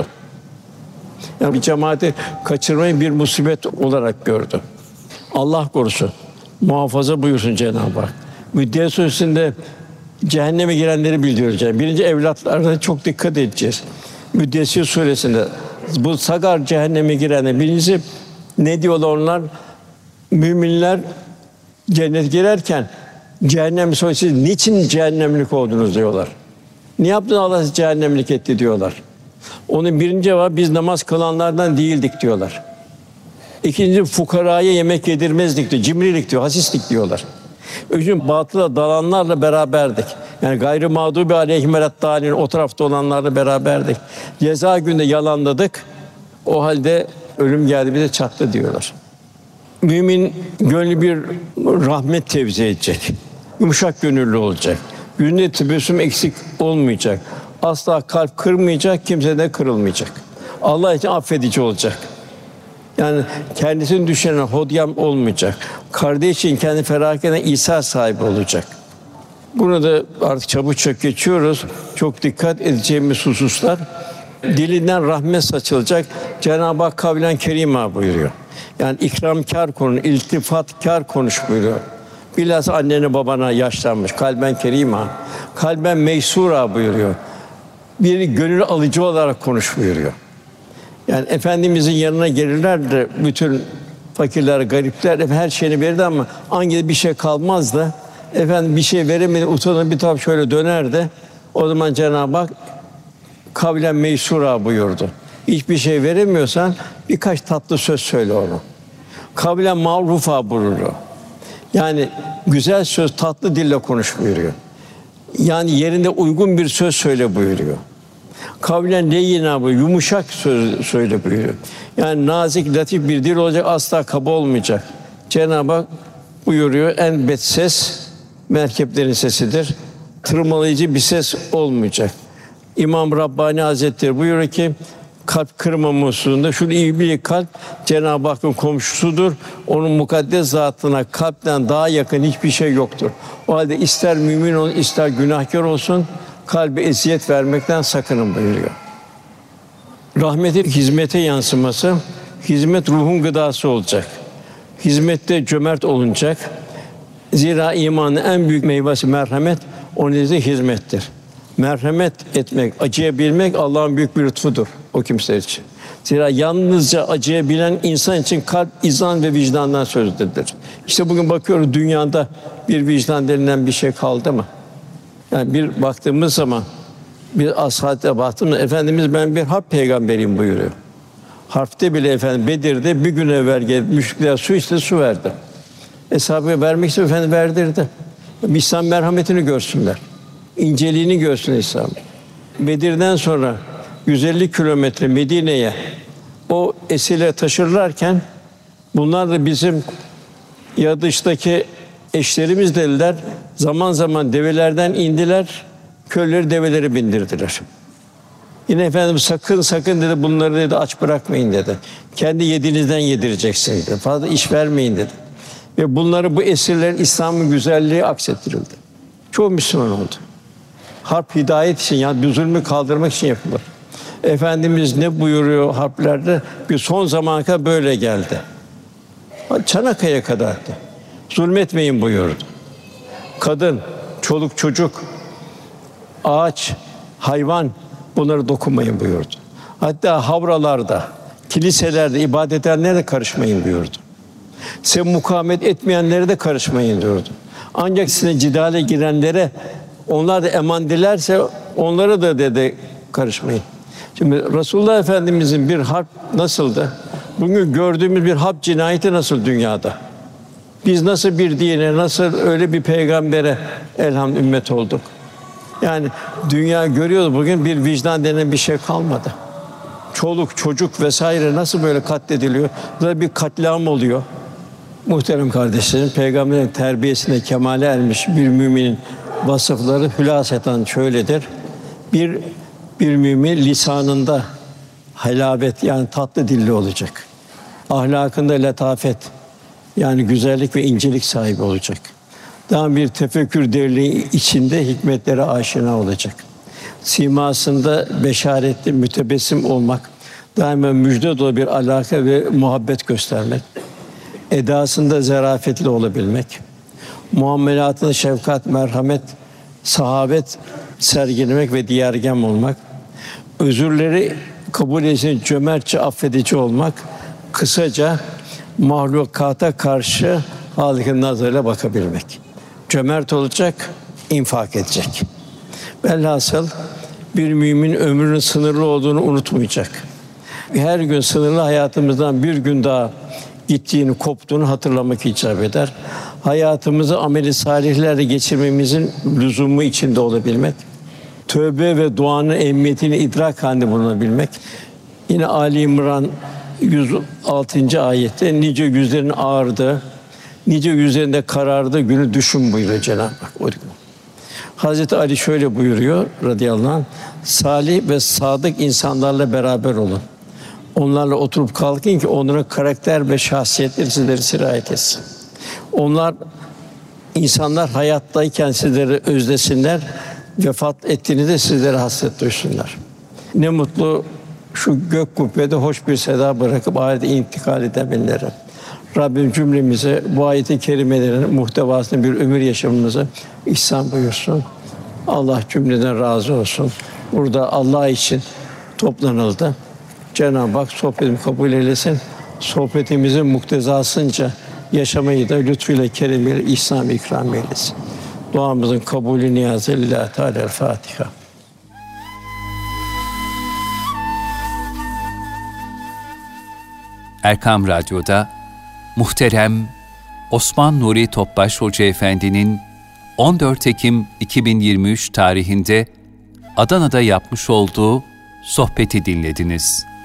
Yani bir cemaati kaçırmayı bir musibet olarak gördü. Allah korusun, muhafaza buyursun Cenab-ı Hak. Müddessir Suresi'nde cehenneme girenleri bildiriyor. Yani birinci evlatlarına çok dikkat edeceğiz. Müddessir Suresi'nde bu sagar cehenneme girenler, birincisi ne diyorlar onlar? Müminler cennet girerken cehennem soruyor, siz niçin cehennemlik oldunuz diyorlar. Ne yaptın Allah sizi cehennemlik etti diyorlar. Onun birinci cevabı biz namaz kılanlardan değildik diyorlar. İkinci fukaraya yemek yedirmezdik diyor, cimrilik diyor, hasislik diyorlar. Üçüncü batıla dalanlarla beraberdik. Yani gayrı mağdubi aleyhim veleddâlin o tarafta olanlarla beraberdik. Ceza günde yalanladık. O halde ölüm geldi bize çattı diyorlar. Mümin gönlü bir rahmet tevzi edecek. Yumuşak gönüllü olacak. Yüzünde tebessüm eksik olmayacak. Asla kalp kırmayacak, kimse de kırılmayacak. Allah için affedici olacak. Yani kendisini düşünen hodyam olmayacak. Kardeşin kendi feragat eden İsa sahibi olacak. Bunu da artık çabucak geçiyoruz. Çok dikkat edeceğimiz hususlar. Dilinden rahmet saçılacak. Cenab-ı Hak kavlen kerîmâ buyuruyor. Yani ikramkâr konuş, iltifatkâr konuş buyuruyor. Bilhassa annene babana yaşlanmış. Kalben kerîmâ, kalben meysûrâ buyuruyor. Bir gönül alıcı olarak konuş buyuruyor. Yani Efendimizin yanına gelirler de bütün fakirler, garipler her şeyini verirdi ama hangi bir şey kalmaz da efendim bir şey veremedi, utanır bir taraf şöyle döner de o zaman Cenab-ı Hak kavlen meysûrâ buyurdu. Hiçbir şey veremiyorsan birkaç tatlı söz söyle ona. Kavlen ma'rufâ buyuruyor. Yani güzel söz, tatlı dille konuş buyuruyor. Yani yerinde uygun bir söz söyle buyuruyor. Kavlen leyyinâ buyuruyor. Yumuşak söz söyle buyuruyor. Yani nazik, latif bir dil olacak, asla kaba olmayacak. Cenab-ı Hak buyuruyor, en bet ses merkeplerin sesidir. Tırmalayıcı bir ses olmayacak. İmam Rabbani Hazretleri buyuruyor ki kalp kırmama hususunda şu iyi bir kalp Cenab-ı Hakk'ın komşusudur. Onun mukaddes zatına kalpten daha yakın hiçbir şey yoktur. O halde ister mümin olsun, ister günahkar olsun kalbe eziyet vermekten sakının buyuruyor. Rahmetin hizmete yansıması, hizmet ruhun gıdası olacak. Hizmette cömert olunacak. Zira imanın en büyük meyvesi merhamet, onun için hizmettir. Merhamet etmek, acıyabilmek Allah'ın büyük bir lütfudur o kimseler için. Zira yalnızca acıyabilen insan için kalp, izan ve vicdandan söz edilir. İşte bugün bakıyoruz dünyada bir vicdan denilen bir şey kaldı mı? Yani bir baktığımız zaman bir ashâbe baktığımda Efendimiz ben bir harp peygamberiyim buyuruyor. Harpte bile efendim Bedir'de bir gün evvel gelip müşrikler su istedi, su verdi. Eshâbe vermek istedi, Efendimiz verdirdi. İslam merhametini görsünler. İnceliğini görsün İslam. Bedir'den sonra yüz elli kilometre Medine'ye o esirleri taşırlarken bunlar da bizim ya dıştaki eşlerimiz dediler. Zaman zaman develerden indiler, köleleri develeri bindirdiler. Yine Efendimiz sakın sakın dedi bunları dedi aç bırakmayın dedi. Kendi yediğinizden yedireceksiniz dedi. Fazla iş vermeyin dedi. Ve bunları bu esirlerin İslam'ın güzelliği aksettirildi. Çoğu Müslüman oldu. Harp hidayet için, yani bir zulmü kaldırmak için yapılır. Efendimiz ne buyuruyor harplerde? Bir son zamana kadar böyle geldi. Çanakkale'ye kadardı. Zulmetmeyin buyurdu. Kadın, çoluk çocuk, ağaç, hayvan, bunlara dokunmayın buyurdu. Hatta havralarda, kiliselerde, ibadethanelerde de karışmayın buyurdu. Size mukavemet etmeyenlere de karışmayın diyordu. Ancak size cidale girenlere, onlar da eman dilerse onlara da dedi karışmayın. Şimdi Resulullah Efendimizin bir harp nasıldı? Bugün gördüğümüz bir harp cinayeti nasıl dünyada? Biz nasıl bir dine, nasıl öyle bir peygambere elhamdülillah ümmet olduk? Yani dünya görüyoruz, bugün bir vicdan denen bir şey kalmadı. Çoluk, çocuk vesaire nasıl böyle katlediliyor? Burada bir katliam oluyor. Muhterem kardeşlerim, Peygamberin terbiyesinde kemale ermiş bir müminin vasıfları hülaseten şöyledir. Bir bir mümin lisanında halavet, yani tatlı dilli olacak. Ahlakında letafet, yani güzellik ve incelik sahibi olacak. Daha bir tefekkür derliği içinde hikmetlere aşina olacak. Simasında beşaretli, mütebessim olmak, daima müjde dolu bir alaka ve muhabbet göstermek. Edasında zarafetli olabilmek. Muamelatında şefkat, merhamet, sahabet sergilemek ve diyargâm olmak. Özürleri kabul için cömertçe affedici olmak. Kısaca mahlukata karşı Halık-ı nazarıyla bakabilmek. Cömert olacak, infak edecek. Velhasıl bir mümin ömrünün sınırlı olduğunu unutmayacak. Her gün sınırlı hayatımızdan bir gün daha gittiğini, koptuğunu hatırlamak icap eder. Hayatımızı ameli salihlerle geçirmemizin lüzumu içinde olabilmek. Tövbe ve duanın ehemmiyetini idrak halinde bulunabilmek. Yine Ali İmran yüz altıncı ayette nice yüzlerin ağardığı, nice yüzlerinde karardığı günü düşün buyuruyor Cenab-ı Hak. O gün. Hazreti Ali şöyle buyuruyor radıyallahu anh: salih ve sadık insanlarla beraber olun. Onlarla oturup kalkın ki onların karakter ve şahsiyetleri sizleri sirayet etsin. Onlar, insanlar hayattayken sizleri özlesinler, vefat ettiğinizde sizlere hasret duysunlar. Ne mutlu şu gök kubbede hoş bir seda bırakıp ahirete intikal edenlere. Rabbim cümlemize bu ayet-i kerimelerin muhtevasını bir ömür yaşamımızı ihsan buyursun. Allah cümleden razı olsun. Burada Allah için toplanıldı. Cenab-ı Hak sohbetimi kabul eylesin. Sohbetimizin muktezasınca yaşamayı da lütfuyla, keremiyle, ihsan ve ikram eylesin. Duamızın kabulü niyazı lillahi Teala. Fatiha. Erkam Radyo'da muhterem Osman Nuri Topbaş Hoca Efendi'nin on dört Ekim iki bin yirmi üç tarihinde Adana'da yapmış olduğu sohbeti dinlediniz.